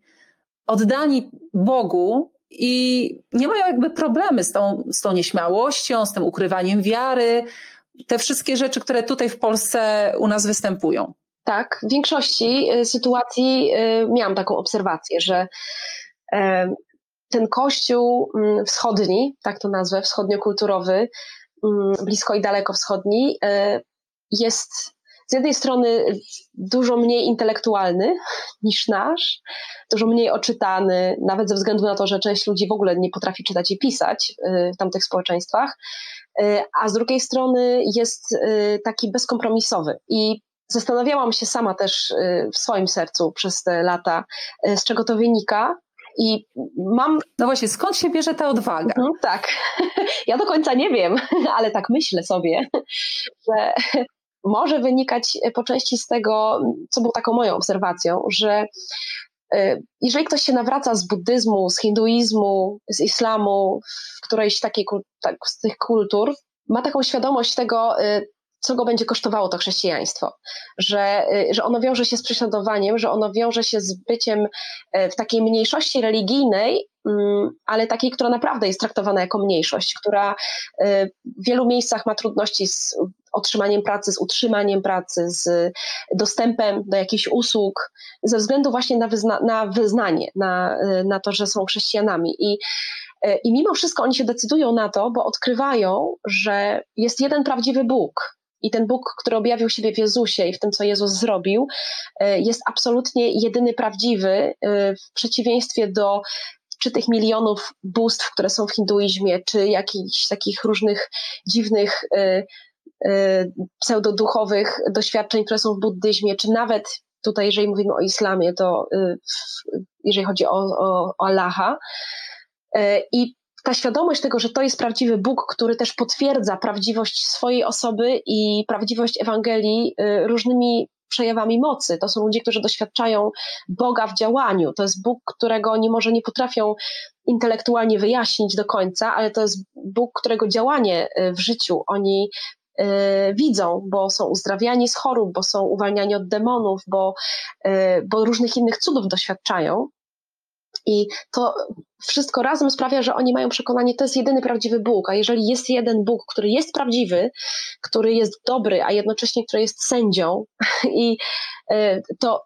oddani Bogu i nie mają jakby problemy z tą, z tą nieśmiałością, z tym ukrywaniem wiary, te wszystkie rzeczy, które tutaj w Polsce u nas występują.
Tak, w większości sytuacji miałam taką obserwację, że ten kościół wschodni, tak to nazwę, wschodniokulturowy, blisko i daleko wschodni, jest z jednej strony dużo mniej intelektualny niż nasz, dużo mniej oczytany, nawet ze względu na to, że część ludzi w ogóle nie potrafi czytać i pisać w tamtych społeczeństwach, a z drugiej strony jest taki bezkompromisowy. I zastanawiałam się sama też w swoim sercu przez te lata, z czego to wynika i mam...
No właśnie, skąd się bierze ta odwaga?
Mhm, tak, ja do końca nie wiem, ale tak myślę sobie, że może wynikać po części z tego, co było taką moją obserwacją, że jeżeli ktoś się nawraca z buddyzmu, z hinduizmu, z islamu, w którejś takiej tak, z tych kultur, ma taką świadomość tego, co go będzie kosztowało to chrześcijaństwo, że, że ono wiąże się z prześladowaniem, że ono wiąże się z byciem w takiej mniejszości religijnej, ale takiej, która naprawdę jest traktowana jako mniejszość, która w wielu miejscach ma trudności z otrzymaniem pracy, z utrzymaniem pracy, z dostępem do jakichś usług, ze względu właśnie na, wyzna- na wyznanie, na, na to, że są chrześcijanami. I I mimo wszystko oni się decydują na to, bo odkrywają, że jest jeden prawdziwy Bóg. I ten Bóg, który objawił siebie w Jezusie i w tym, co Jezus zrobił, jest absolutnie jedyny prawdziwy w przeciwieństwie do czy tych milionów bóstw, które są w hinduizmie, czy jakichś takich różnych dziwnych pseudoduchowych doświadczeń, które są w buddyzmie, czy nawet tutaj, jeżeli mówimy o islamie, to jeżeli chodzi o, o, o Allaha. I ta świadomość tego, że to jest prawdziwy Bóg, który też potwierdza prawdziwość swojej osoby i prawdziwość Ewangelii różnymi przejawami mocy. To są ludzie, którzy doświadczają Boga w działaniu. To jest Bóg, którego oni może nie potrafią intelektualnie wyjaśnić do końca, ale to jest Bóg, którego działanie w życiu oni y, widzą, bo są uzdrawiani z chorób, bo są uwalniani od demonów, bo, y, bo różnych innych cudów doświadczają. I to wszystko razem sprawia, że oni mają przekonanie, to jest jedyny prawdziwy Bóg, a jeżeli jest jeden Bóg, który jest prawdziwy, który jest dobry, a jednocześnie który jest sędzią, i to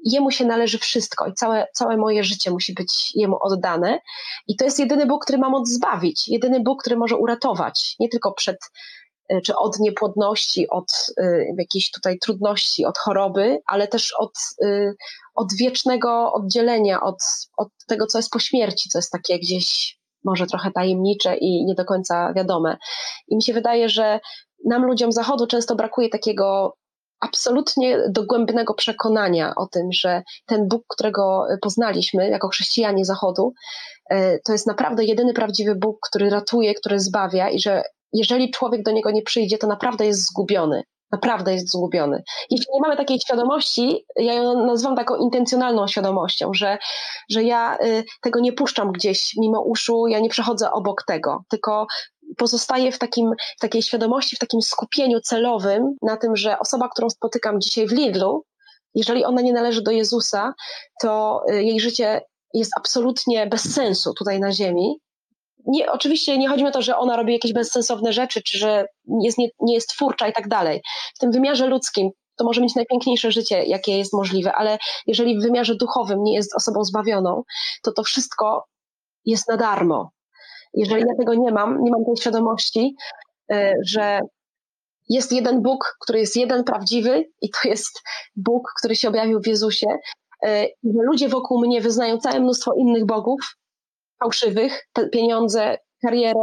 Jemu się należy wszystko i całe, całe moje życie musi być Jemu oddane. I to jest jedyny Bóg, który ma moc zbawić, jedyny Bóg, który może uratować, nie tylko przed, czy od niepłodności, od y, jakiejś tutaj trudności, od choroby, ale też od, y, od wiecznego oddzielenia, od, od tego, co jest po śmierci, co jest takie gdzieś może trochę tajemnicze i nie do końca wiadome. I mi się wydaje, że nam, ludziom Zachodu, często brakuje takiego absolutnie dogłębnego przekonania o tym, że ten Bóg, którego poznaliśmy jako chrześcijanie Zachodu, to jest naprawdę jedyny prawdziwy Bóg, który ratuje, który zbawia i że jeżeli człowiek do Niego nie przyjdzie, to naprawdę jest zgubiony. Naprawdę jest zgubiony. Jeśli nie mamy takiej świadomości, ja ją nazywam taką intencjonalną świadomością, że, że ja y, tego nie puszczam gdzieś mimo uszu, ja nie przechodzę obok tego, tylko pozostaję w, takim, w takiej świadomości, w takim skupieniu celowym na tym, że osoba, którą spotykam dzisiaj w Lidlu, jeżeli ona nie należy do Jezusa, to y, jej życie jest absolutnie bez sensu tutaj na ziemi. Nie, oczywiście nie chodzi mi o to, że ona robi jakieś bezsensowne rzeczy, czy że jest, nie, nie jest twórcza i tak dalej. W tym wymiarze ludzkim to może mieć najpiękniejsze życie, jakie jest możliwe, ale jeżeli w wymiarze duchowym nie jest osobą zbawioną, to to wszystko jest na darmo. Jeżeli ja tego nie mam, nie mam tej świadomości, że jest jeden Bóg, który jest jeden prawdziwy i to jest Bóg, który się objawił w Jezusie, i że ludzie wokół mnie wyznają całe mnóstwo innych bogów, fałszywych, pieniądze, karierę,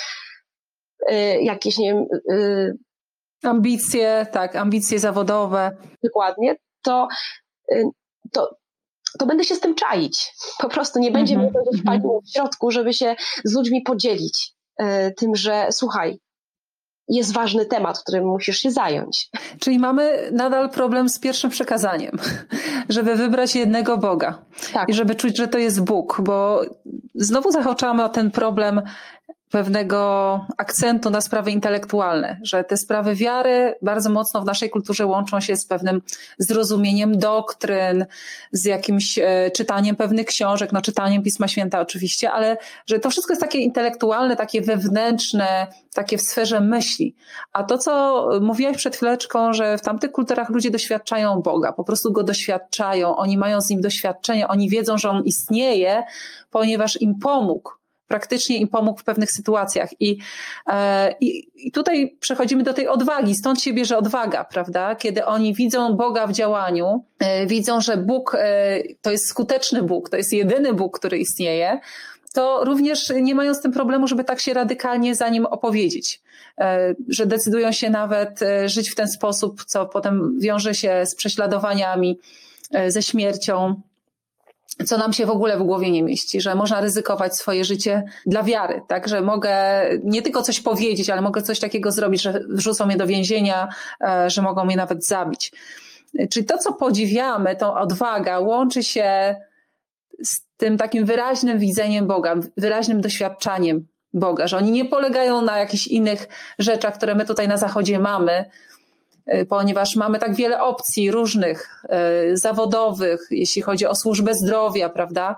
y, jakieś, nie wiem... Y,
ambicje, tak, ambicje zawodowe.
Dokładnie, to, y, to, to będę się z tym czaić. Po prostu nie będzie mnie
Mm-hmm.
to wpalić w środku, żeby się z ludźmi podzielić y, tym, że słuchaj, jest ważny temat, którym musisz się zająć.
Czyli mamy nadal problem z pierwszym przekazaniem, żeby wybrać jednego Boga
Tak.
i żeby czuć, że to jest Bóg, bo znowu zahaczamy o ten problem pewnego akcentu na sprawy intelektualne, że te sprawy wiary bardzo mocno w naszej kulturze łączą się z pewnym zrozumieniem doktryn, z jakimś e, czytaniem pewnych książek, no czytaniem Pisma Święta oczywiście, ale że to wszystko jest takie intelektualne, takie wewnętrzne, takie w sferze myśli. A to, co mówiłaś przed chwileczką, że w tamtych kulturach ludzie doświadczają Boga, po prostu Go doświadczają, oni mają z Nim doświadczenie, oni wiedzą, że On istnieje, ponieważ im pomógł. Praktycznie im pomógł w pewnych sytuacjach. I, e, i, i tutaj przechodzimy do tej odwagi, stąd się bierze odwaga, prawda? Kiedy oni widzą Boga w działaniu, e, widzą, że Bóg e, to jest skuteczny Bóg, to jest jedyny Bóg, który istnieje, to również nie mają z tym problemu, żeby tak się radykalnie za Nim opowiedzieć. E, że decydują się nawet e, żyć w ten sposób, co potem wiąże się z prześladowaniami, e, ze śmiercią, co nam się w ogóle w głowie nie mieści, że można ryzykować swoje życie dla wiary, tak, że mogę nie tylko coś powiedzieć, ale mogę coś takiego zrobić, że wrzucą mnie do więzienia, że mogą mnie nawet zabić. Czyli to, co podziwiamy, tą odwaga łączy się z tym takim wyraźnym widzeniem Boga, wyraźnym doświadczaniem Boga, że oni nie polegają na jakichś innych rzeczach, które my tutaj na Zachodzie mamy, ponieważ mamy tak wiele opcji różnych, zawodowych, jeśli chodzi o służbę zdrowia, prawda,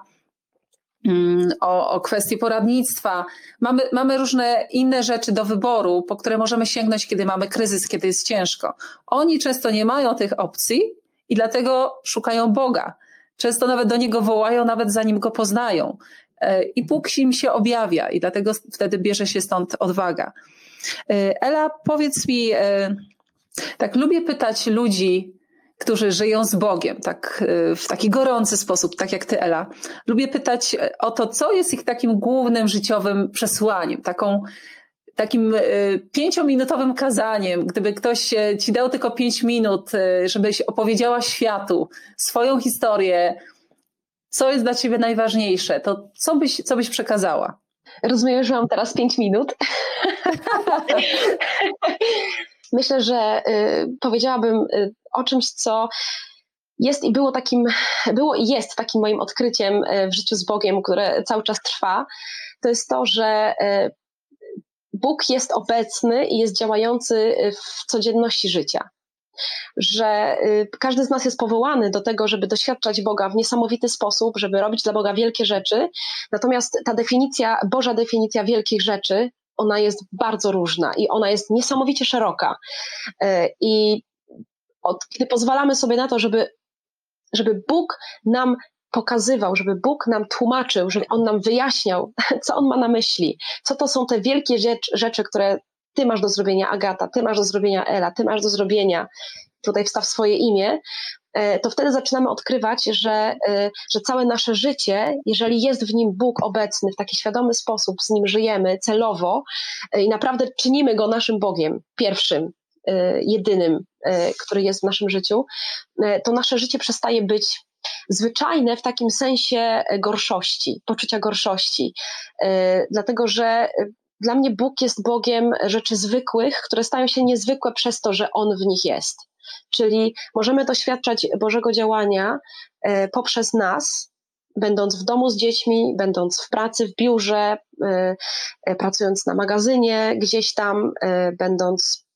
o, o kwestie poradnictwa. Mamy, mamy różne inne rzeczy do wyboru, po które możemy sięgnąć, kiedy mamy kryzys, kiedy jest ciężko. Oni często nie mają tych opcji i dlatego szukają Boga. Często nawet do Niego wołają, nawet zanim Go poznają. I Bóg im się objawia i dlatego wtedy bierze się stąd odwaga. Ela, powiedz mi... Tak, lubię pytać ludzi, którzy żyją z Bogiem, tak, w taki gorący sposób, tak jak ty, Ela. Lubię pytać o to, co jest ich takim głównym życiowym przesłaniem, taką, takim pięciominutowym kazaniem. Gdyby ktoś ci dał tylko pięć minut, żebyś opowiedziała światu swoją historię, co jest dla ciebie najważniejsze, to co byś, co byś przekazała?
Rozumiem, że mam teraz pięć minut. Myślę, że y, powiedziałabym y, o czymś, co jest i było takim, było i jest takim moim odkryciem y, w życiu z Bogiem, które cały czas trwa. To jest to, że y, Bóg jest obecny i jest działający w codzienności życia. Że y, każdy z nas jest powołany do tego, żeby doświadczać Boga w niesamowity sposób, żeby robić dla Boga wielkie rzeczy. Natomiast ta definicja, Boża definicja wielkich rzeczy, ona jest bardzo różna i ona jest niesamowicie szeroka. I od, kiedy pozwalamy sobie na to, żeby, żeby Bóg nam pokazywał, żeby Bóg nam tłumaczył, żeby On nam wyjaśniał, co On ma na myśli, co to są te wielkie rzecz, rzeczy, które Ty masz do zrobienia, Agata, Ty masz do zrobienia, Ela, Ty masz do zrobienia, tutaj wstaw swoje imię, to wtedy zaczynamy odkrywać, że, że całe nasze życie, jeżeli jest w nim Bóg obecny w taki świadomy sposób, z nim żyjemy celowo i naprawdę czynimy Go naszym Bogiem, pierwszym, jedynym, który jest w naszym życiu, to nasze życie przestaje być zwyczajne w takim sensie gorszości, poczucia gorszości. Dlatego, że dla mnie Bóg jest Bogiem rzeczy zwykłych, które stają się niezwykłe przez to, że On w nich jest. Czyli możemy doświadczać Bożego działania poprzez nas, będąc w domu z dziećmi, będąc w pracy, w biurze, pracując na magazynie gdzieś tam, będąc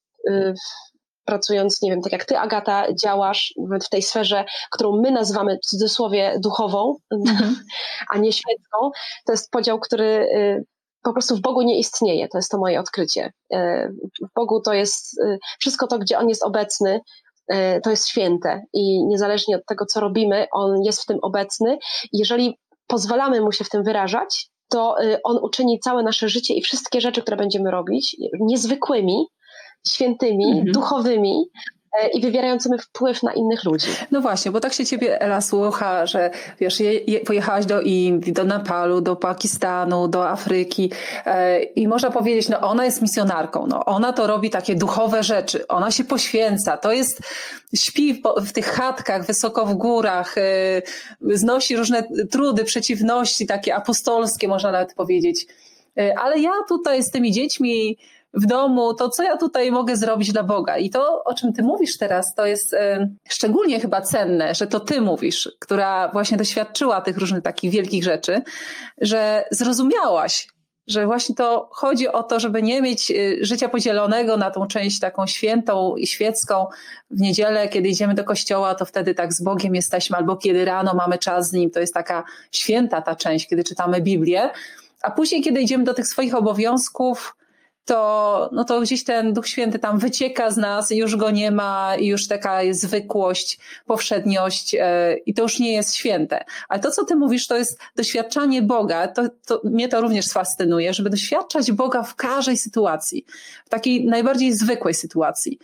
pracując, nie wiem, tak jak ty, Agata, działasz w tej sferze, którą my nazywamy w cudzysłowie duchową, mm-hmm. a nie świecką. To jest podział, który po prostu w Bogu nie istnieje. To jest to moje odkrycie. W Bogu to jest wszystko to, gdzie On jest obecny, to jest święte i niezależnie od tego, co robimy, On jest w tym obecny. Jeżeli pozwalamy Mu się w tym wyrażać, to On uczyni całe nasze życie i wszystkie rzeczy, które będziemy robić, niezwykłymi, świętymi, mhm. duchowymi i wywierającymi wpływ na innych ludzi.
No właśnie, bo tak się ciebie, Ela, słucha, że wiesz, je, je, pojechałaś do Indii, do Nepalu, do Pakistanu, do Afryki e, i można powiedzieć, no ona jest misjonarką, no ona to robi takie duchowe rzeczy, ona się poświęca, to jest, śpi w, w tych chatkach wysoko w górach, e, znosi różne trudy, przeciwności, takie apostolskie, można nawet powiedzieć. E, ale ja tutaj z tymi dziećmi w domu, to co ja tutaj mogę zrobić dla Boga? I to, o czym ty mówisz teraz, to jest y, szczególnie chyba cenne, że to ty mówisz, która właśnie doświadczyła tych różnych takich wielkich rzeczy, że zrozumiałaś, że właśnie to chodzi o to, żeby nie mieć y, życia podzielonego na tą część taką świętą i świecką. W niedzielę, kiedy idziemy do kościoła, to wtedy tak z Bogiem jesteśmy, albo kiedy rano mamy czas z Nim, to jest taka święta ta część, kiedy czytamy Biblię, a później, kiedy idziemy do tych swoich obowiązków, to, no to gdzieś ten Duch Święty tam wycieka z nas i już go nie ma i już taka jest zwykłość, powszedniość yy, i to już nie jest święte. Ale to, co ty mówisz, to jest doświadczanie Boga, to, to mnie to również fascynuje, żeby doświadczać Boga w każdej sytuacji, w takiej najbardziej zwykłej sytuacji.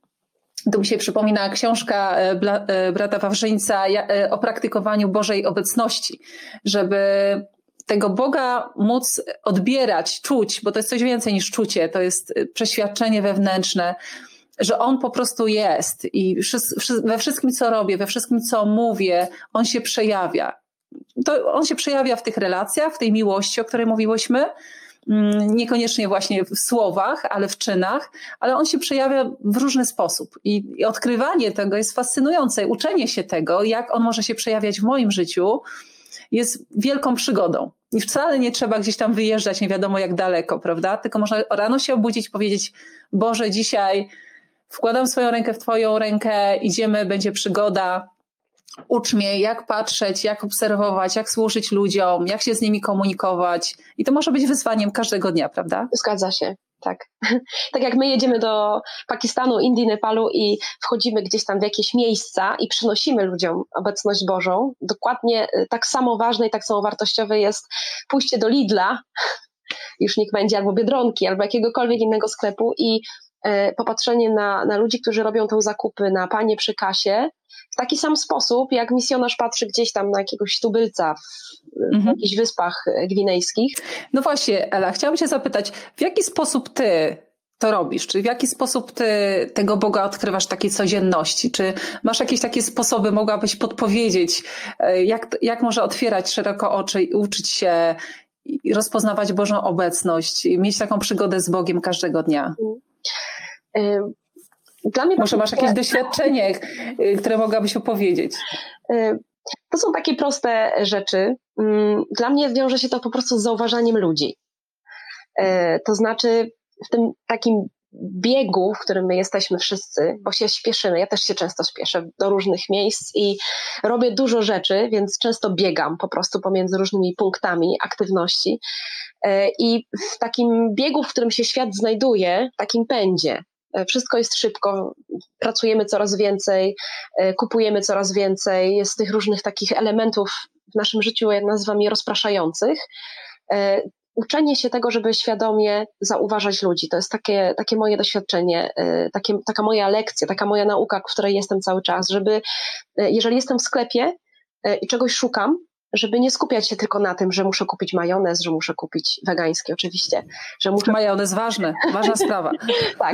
Tu mi się przypomina książka Bla, brata Wawrzyńca o praktykowaniu Bożej obecności, żeby tego Boga móc odbierać, czuć, bo to jest coś więcej niż czucie, to jest przeświadczenie wewnętrzne, że On po prostu jest i we wszystkim, co robię, we wszystkim, co mówię, On się przejawia. To On się przejawia w tych relacjach, w tej miłości, o której mówiłyśmy, niekoniecznie właśnie w słowach, ale w czynach, ale On się przejawia w różny sposób i, i odkrywanie tego jest fascynujące, uczenie się tego, jak On może się przejawiać w moim życiu, jest wielką przygodą. I wcale nie trzeba gdzieś tam wyjeżdżać nie wiadomo jak daleko, prawda? Tylko można rano się obudzić i powiedzieć: Boże, dzisiaj wkładam swoją rękę w Twoją rękę, idziemy, będzie przygoda. Ucz mnie, jak patrzeć, jak obserwować, jak służyć ludziom, jak się z nimi komunikować. I to może być wyzwaniem każdego dnia, prawda?
Zgadza się. Tak. Tak jak my jedziemy do Pakistanu, Indii, Nepalu i wchodzimy gdzieś tam w jakieś miejsca i przynosimy ludziom obecność Bożą, dokładnie tak samo ważne i tak samo wartościowe jest pójście do Lidla, już niech będzie, albo Biedronki, albo jakiegokolwiek innego sklepu i e, popatrzenie na, na ludzi, którzy robią te zakupy, na panie przy kasie, w taki sam sposób, jak misjonarz patrzy gdzieś tam na jakiegoś tubylca w, w jakichś wyspach gwinejskich.
No właśnie, Ela, chciałam cię zapytać, w jaki sposób ty to robisz? Czy w jaki sposób ty tego Boga odkrywasz w takiej codzienności? Czy masz jakieś takie sposoby, mogłabyś podpowiedzieć, jak, jak może otwierać szeroko oczy i uczyć się, i rozpoznawać Bożą obecność, i mieć taką przygodę z Bogiem każdego dnia?
Hmm. Dla mnie
Może masz jakieś doświadczenie, które mogłabyś opowiedzieć?
To są takie proste rzeczy. Dla mnie wiąże się to po prostu z zauważaniem ludzi. To znaczy w tym takim biegu, w którym my jesteśmy wszyscy, bo się śpieszymy, ja też się często śpieszę do różnych miejsc i robię dużo rzeczy, więc często biegam po prostu pomiędzy różnymi punktami aktywności i w takim biegu, w którym się świat znajduje, w takim pędzie, Wszystko jest szybko, pracujemy coraz więcej, kupujemy coraz więcej, jest tych różnych takich elementów w naszym życiu, jak nazywam je, rozpraszających. Uczenie się tego, żeby świadomie zauważać ludzi, to jest takie, takie moje doświadczenie, takie, taka moja lekcja, taka moja nauka, w której jestem cały czas, żeby jeżeli jestem w sklepie i czegoś szukam, żeby nie skupiać się tylko na tym, że muszę kupić majonez, że muszę kupić wegański oczywiście, że muszę...
Majonez ważny, ważna sprawa.
Tak,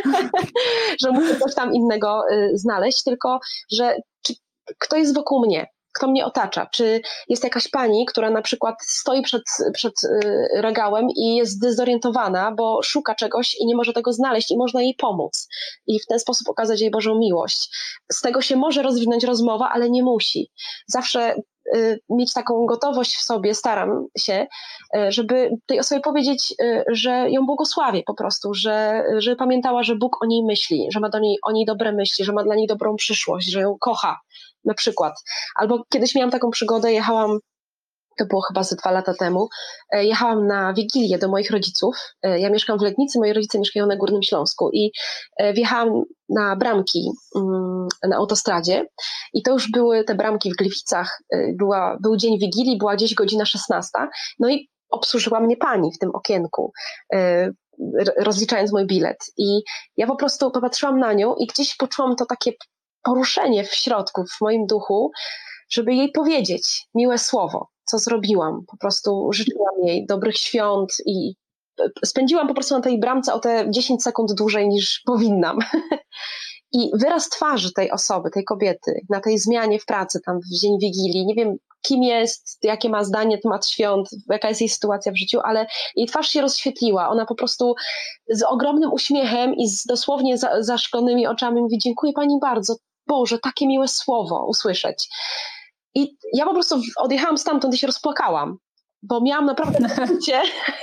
że muszę coś tam innego znaleźć, tylko że czy, kto jest wokół mnie, kto mnie otacza, czy jest jakaś pani, która na przykład stoi przed, przed regałem i jest zdezorientowana, bo szuka czegoś i nie może tego znaleźć i można jej pomóc i w ten sposób okazać jej Bożą miłość. Z tego się może rozwinąć rozmowa, ale nie musi. Zawsze mieć taką gotowość w sobie, staram się, żeby tej osobie powiedzieć, że ją błogosławię po prostu, że, że pamiętała, że Bóg o niej myśli, że ma do niej, o niej dobre myśli, że ma dla niej dobrą przyszłość, że ją kocha na przykład. Albo kiedyś miałam taką przygodę, jechałam, to było chyba ze dwa lata temu, jechałam na Wigilię do moich rodziców. Ja mieszkam w Legnicy, moi rodzice mieszkają na Górnym Śląsku i wjechałam na bramki na autostradzie i to już były te bramki w Gliwicach. Była, był dzień Wigilii, była gdzieś godzina szesnasta, no i obsłużyła mnie pani w tym okienku, rozliczając mój bilet. I ja po prostu popatrzyłam na nią i gdzieś poczułam to takie poruszenie w środku, w moim duchu, żeby jej powiedzieć miłe słowo, co zrobiłam. Po prostu życzyłam jej dobrych świąt i spędziłam po prostu na tej bramce o te dziesięć sekund dłużej niż powinnam. I wyraz twarzy tej osoby, tej kobiety, na tej zmianie w pracy, tam w dzień Wigilii, nie wiem kim jest, jakie ma zdanie temat świąt, jaka jest jej sytuacja w życiu, ale jej twarz się rozświetliła. Ona po prostu z ogromnym uśmiechem i z dosłownie za, zaszklonymi oczami mówi: dziękuję pani bardzo, Boże, takie miłe słowo usłyszeć. I ja po prostu odjechałam stamtąd i się rozpłakałam, bo miałam naprawdę poczucie,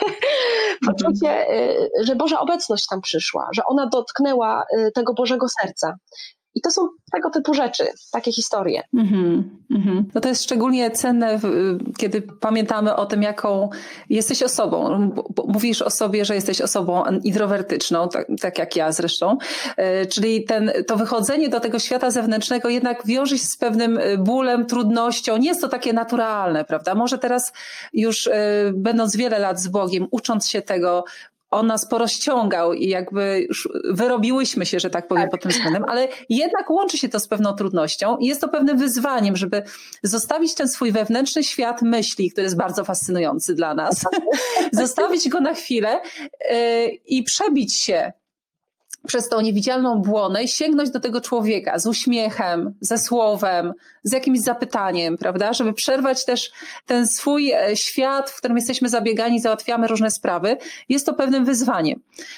poczucie, że Boża obecność tam przyszła, że ona dotknęła tego Bożego serca. I to są tego typu rzeczy, takie historie.
Mm-hmm, mm-hmm. No to jest szczególnie cenne, kiedy pamiętamy o tym, jaką jesteś osobą. Mówisz o sobie, że jesteś osobą introwertyczną, tak, tak jak ja zresztą. Czyli ten, to wychodzenie do tego świata zewnętrznego jednak wiąże się z pewnym bólem, trudnością. Nie jest to takie naturalne, prawda? Może teraz już będąc wiele lat z Bogiem, ucząc się tego, on nas porozciągał i jakby już wyrobiłyśmy się, że tak powiem, tak. pod tym względem, ale jednak łączy się to z pewną trudnością i jest to pewnym wyzwaniem, żeby zostawić ten swój wewnętrzny świat myśli, który jest bardzo fascynujący dla nas, zostawić go na chwilę yy, i przebić się przez tą niewidzialną błonę i sięgnąć do tego człowieka z uśmiechem, ze słowem, z jakimś zapytaniem, prawda? Żeby przerwać też ten swój świat, w którym jesteśmy zabiegani, załatwiamy różne sprawy. Jest to pewnym wyzwaniem.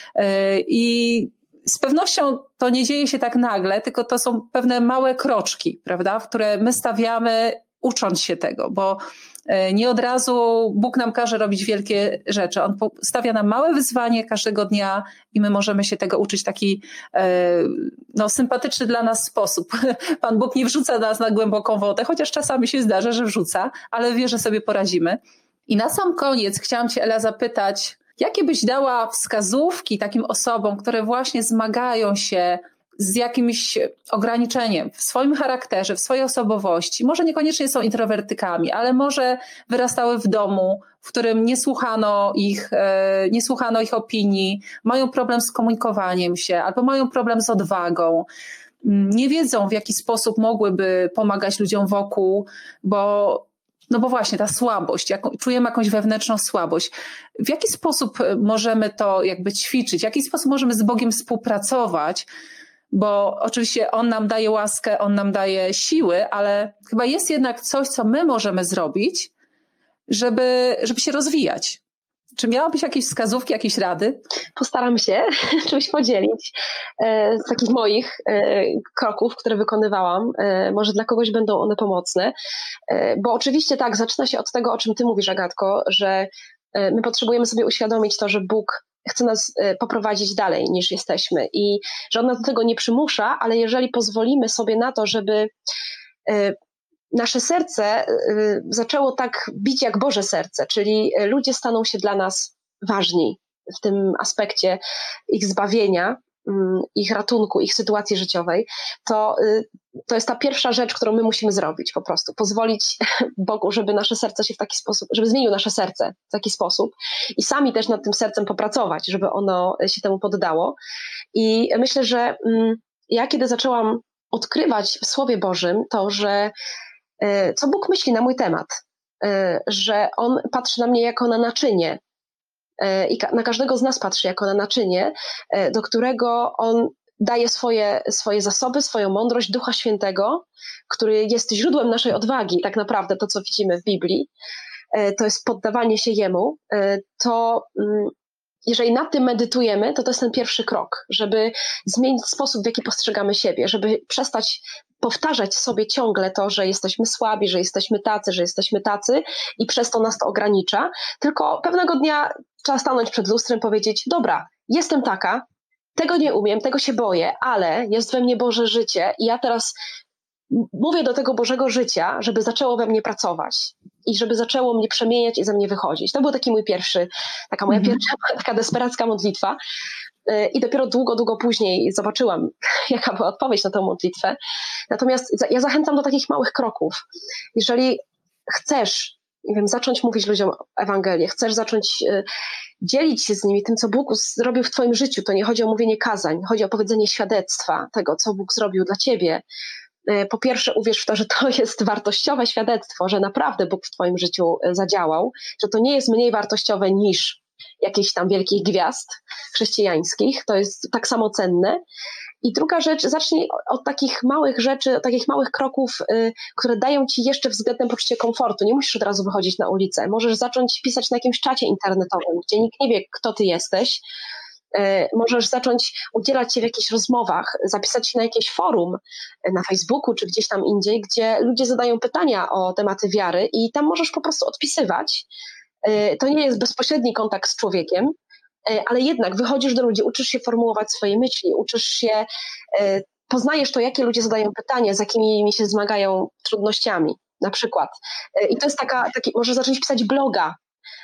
I z pewnością to nie dzieje się tak nagle, tylko to są pewne małe kroczki, prawda? W które my stawiamy, ucząc się tego, bo nie od razu Bóg nam każe robić wielkie rzeczy. On stawia nam małe wyzwanie każdego dnia i my możemy się tego uczyć w taki no, sympatyczny dla nas sposób. Pan Bóg nie wrzuca nas na głęboką wodę, chociaż czasami się zdarza, że wrzuca, ale wie, że sobie poradzimy. I na sam koniec chciałam cię, Ela, zapytać, jakie byś dała wskazówki takim osobom, które właśnie zmagają się z jakimś ograniczeniem w swoim charakterze, w swojej osobowości. Może niekoniecznie są introwertykami, ale może wyrastały w domu, w którym nie słuchano ich, nie słuchano ich opinii, mają problem z komunikowaniem się albo mają problem z odwagą. Nie wiedzą, w jaki sposób mogłyby pomagać ludziom wokół, bo No bo właśnie ta słabość, jaką, czujemy jakąś wewnętrzną słabość. W jaki sposób możemy to jakby ćwiczyć? W jaki sposób możemy z Bogiem współpracować? Bo oczywiście On nam daje łaskę, On nam daje siły, ale chyba jest jednak coś, co my możemy zrobić, żeby, żeby się rozwijać. Czy miałabyś jakieś wskazówki, jakieś rady?
Postaram się czymś podzielić e, z takich moich e, kroków, które wykonywałam. E, może dla kogoś będą one pomocne. E, bo oczywiście tak, zaczyna się od tego, o czym ty mówisz, Agatko, że e, my potrzebujemy sobie uświadomić to, że Bóg chce nas e, poprowadzić dalej niż jesteśmy i że On nas do tego nie przymusza, ale jeżeli pozwolimy sobie na to, żeby e, nasze serce y, zaczęło tak bić jak Boże serce, czyli ludzie staną się dla nas ważni w tym aspekcie ich zbawienia, ich ratunku, ich sytuacji życiowej, to, to jest ta pierwsza rzecz, którą my musimy zrobić po prostu. Pozwolić Bogu, żeby nasze serce się w taki sposób, żeby zmienił nasze serce w taki sposób i sami też nad tym sercem popracować, żeby ono się temu poddało. I myślę, że ja kiedy zaczęłam odkrywać w Słowie Bożym to, że co Bóg myśli na mój temat, że On patrzy na mnie jako na naczynie, i na każdego z nas patrzy jako na naczynie, do którego On daje swoje, swoje zasoby, swoją mądrość Ducha Świętego, który jest źródłem naszej odwagi, tak naprawdę to, co widzimy w Biblii, to jest poddawanie się Jemu, to jeżeli nad tym medytujemy, to to jest ten pierwszy krok, żeby zmienić sposób, w jaki postrzegamy siebie, żeby przestać powtarzać sobie ciągle to, że jesteśmy słabi, że jesteśmy tacy, że jesteśmy tacy i przez to nas to ogranicza, tylko pewnego dnia trzeba stanąć przed lustrem, powiedzieć, dobra, jestem taka, tego nie umiem, tego się boję, ale jest we mnie Boże życie i ja teraz mówię do tego Bożego życia, żeby zaczęło we mnie pracować i żeby zaczęło mnie przemieniać i ze mnie wychodzić. To był taki mój pierwszy, taka moja mm-hmm. pierwsza taka desperacka modlitwa. I dopiero długo, długo później zobaczyłam, jaka była odpowiedź na tę modlitwę. Natomiast ja zachęcam do takich małych kroków. Jeżeli chcesz, nie wiem, zacząć mówić ludziom Ewangelię, chcesz zacząć y, dzielić się z nimi tym, co Bóg zrobił w twoim życiu, to nie chodzi o mówienie kazań, chodzi o powiedzenie świadectwa tego, co Bóg zrobił dla ciebie. Y, po pierwsze uwierz w to, że to jest wartościowe świadectwo, że naprawdę Bóg w twoim życiu zadziałał, że to nie jest mniej wartościowe niż jakichś tam wielkich gwiazd chrześcijańskich, to jest tak samo cenne. I druga rzecz, zacznij od takich małych rzeczy, od takich małych kroków, y, które dają ci jeszcze względem poczucie komfortu. Nie musisz od razu wychodzić na ulicę. Możesz zacząć pisać na jakimś czacie internetowym, gdzie nikt nie wie, kto ty jesteś. Y, możesz zacząć udzielać się w jakichś rozmowach, zapisać się na jakieś forum na Facebooku czy gdzieś tam indziej, gdzie ludzie zadają pytania o tematy wiary i tam możesz po prostu odpisywać. To nie jest bezpośredni kontakt z człowiekiem, ale jednak wychodzisz do ludzi, uczysz się formułować swoje myśli, uczysz się, poznajesz to, jakie ludzie zadają pytania, z jakimi się zmagają trudnościami na przykład. I to jest taka, taki, możesz zacząć pisać bloga,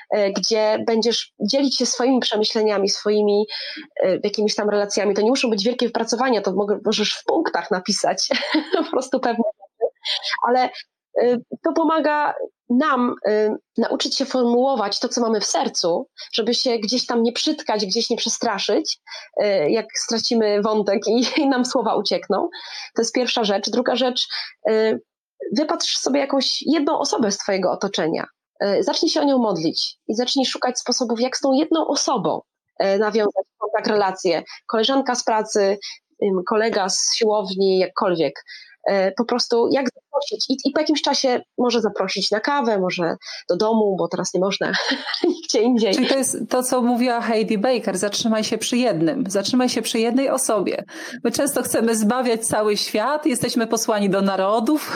gdzie będziesz dzielić się swoimi przemyśleniami, swoimi jakimiś tam relacjami. To nie muszą być wielkie wypracowania, to możesz w punktach napisać po prostu pewne rzeczy, ale to pomaga nam y, nauczyć się formułować to, co mamy w sercu, żeby się gdzieś tam nie przytkać, gdzieś nie przestraszyć, y, jak stracimy wątek i, i nam słowa uciekną. To jest pierwsza rzecz. Druga rzecz, y, wypatrz sobie jakąś jedną osobę z twojego otoczenia. Y, zacznij się o nią modlić i zacznij szukać sposobów, jak z tą jedną osobą y, nawiązać kontakt, relację. Koleżanka z pracy, y, kolega z siłowni, jakkolwiek. Po prostu jak zaprosić I, i po jakimś czasie może zaprosić na kawę, może do domu, bo teraz nie można nigdzie indziej.
Czyli to jest to, co mówiła Heidi Baker, zatrzymaj się przy jednym, zatrzymaj się przy jednej osobie. My często chcemy zbawiać cały świat, jesteśmy posłani do narodów,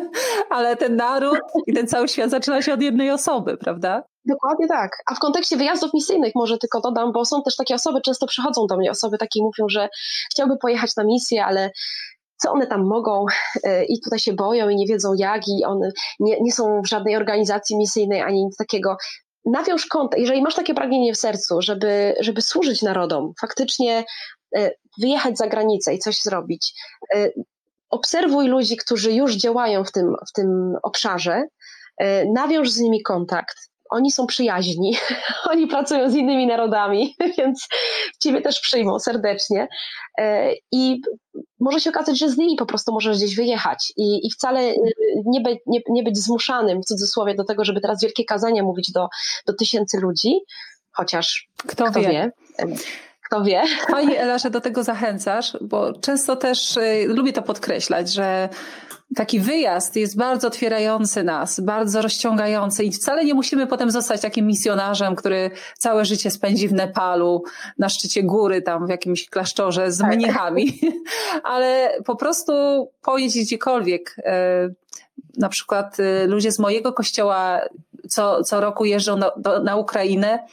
ale ten naród i ten cały świat zaczyna się od jednej osoby, prawda?
Dokładnie tak. A w kontekście wyjazdów misyjnych może tylko dodam, bo są też takie osoby, często przychodzą do mnie osoby takie mówią, że chciałby pojechać na misję, ale co one tam mogą i tutaj się boją i nie wiedzą jak i one nie, nie są w żadnej organizacji misyjnej ani nic takiego. Nawiąż kontakt, jeżeli masz takie pragnienie w sercu, żeby, żeby służyć narodom, faktycznie wyjechać za granicę i coś zrobić, obserwuj ludzi, którzy już działają w tym, w tym obszarze, nawiąż z nimi kontakt. Oni są przyjaźni, oni pracują z innymi narodami, więc ciebie też przyjmą serdecznie i może się okazać, że z nimi po prostu możesz gdzieś wyjechać i, i wcale nie, be, nie, nie być zmuszanym w cudzysłowie do tego, żeby teraz wielkie kazania mówić do, do tysięcy ludzi, chociaż kto, kto wie. wie. Kto wie.
Fajnie, Ela, że do tego zachęcasz, bo często też y, lubię to podkreślać, że taki wyjazd jest bardzo otwierający nas, bardzo rozciągający i wcale nie musimy potem zostać takim misjonarzem, który całe życie spędzi w Nepalu, na szczycie góry, tam w jakimś klasztorze z mnichami, ale po prostu pojedź gdziekolwiek. Na przykład ludzie z mojego kościoła co, co roku jeżdżą na, do, na Ukrainę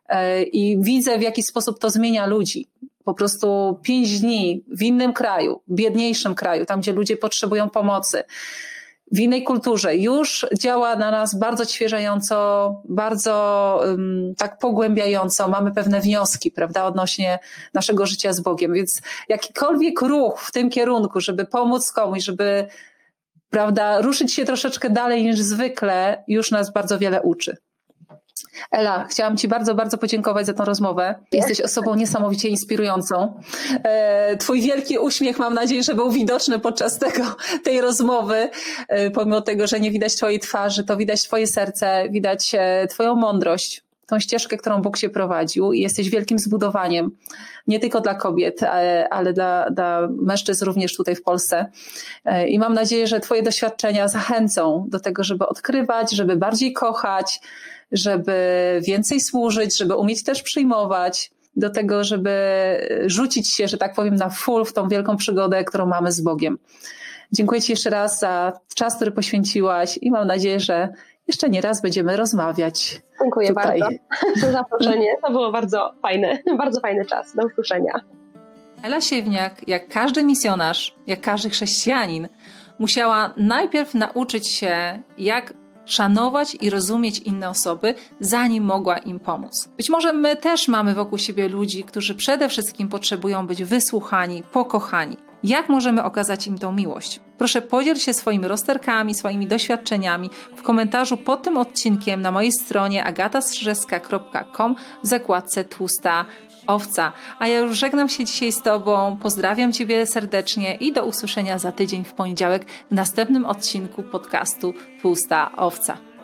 i widzę, w jaki sposób to zmienia ludzi. Po prostu pięć dni w innym kraju, biedniejszym kraju, tam gdzie ludzie potrzebują pomocy. w innej kulturze, już działa na nas bardzo odświeżająco, bardzo um, tak pogłębiająco, mamy pewne wnioski, prawda, odnośnie naszego życia z Bogiem, więc jakikolwiek ruch w tym kierunku, żeby pomóc komuś, żeby, prawda, ruszyć się troszeczkę dalej niż zwykle, już nas bardzo wiele uczy. Ela, chciałam Ci bardzo, bardzo podziękować za tę rozmowę. Jesteś osobą niesamowicie inspirującą. Twój wielki uśmiech, mam nadzieję, że był widoczny podczas tego, tej rozmowy. Pomimo tego, że nie widać Twojej twarzy, to widać Twoje serce, widać Twoją mądrość, tą ścieżkę, którą Bóg się prowadził i jesteś wielkim zbudowaniem, nie tylko dla kobiet, ale dla, dla mężczyzn również tutaj w Polsce. I mam nadzieję, że Twoje doświadczenia zachęcą do tego, żeby odkrywać, żeby bardziej kochać, żeby więcej służyć, żeby umieć też przyjmować, do tego, żeby rzucić się, że tak powiem, na full w tą wielką przygodę, którą mamy z Bogiem. Dziękuję Ci jeszcze raz za czas, który poświęciłaś i mam nadzieję, że jeszcze nie raz będziemy rozmawiać.
Dziękuję
tutaj.
bardzo za zaproszenie. To było bardzo fajne, bardzo fajny czas. Do usłyszenia.
Ela Siewniak, jak każdy misjonarz, jak każdy chrześcijanin, musiała najpierw nauczyć się, jak szanować i rozumieć inne osoby, zanim mogła im pomóc. Być może my też mamy wokół siebie ludzi, którzy przede wszystkim potrzebują być wysłuchani, pokochani. Jak możemy okazać im tą miłość? Proszę podziel się swoimi rozterkami, swoimi doświadczeniami w komentarzu pod tym odcinkiem na mojej stronie agata strzyżewska kropka com w zakładce Tłusta Owca. A ja już żegnam się dzisiaj z Tobą, pozdrawiam Ciebie serdecznie i do usłyszenia za tydzień w poniedziałek w następnym odcinku podcastu Tłusta Owca.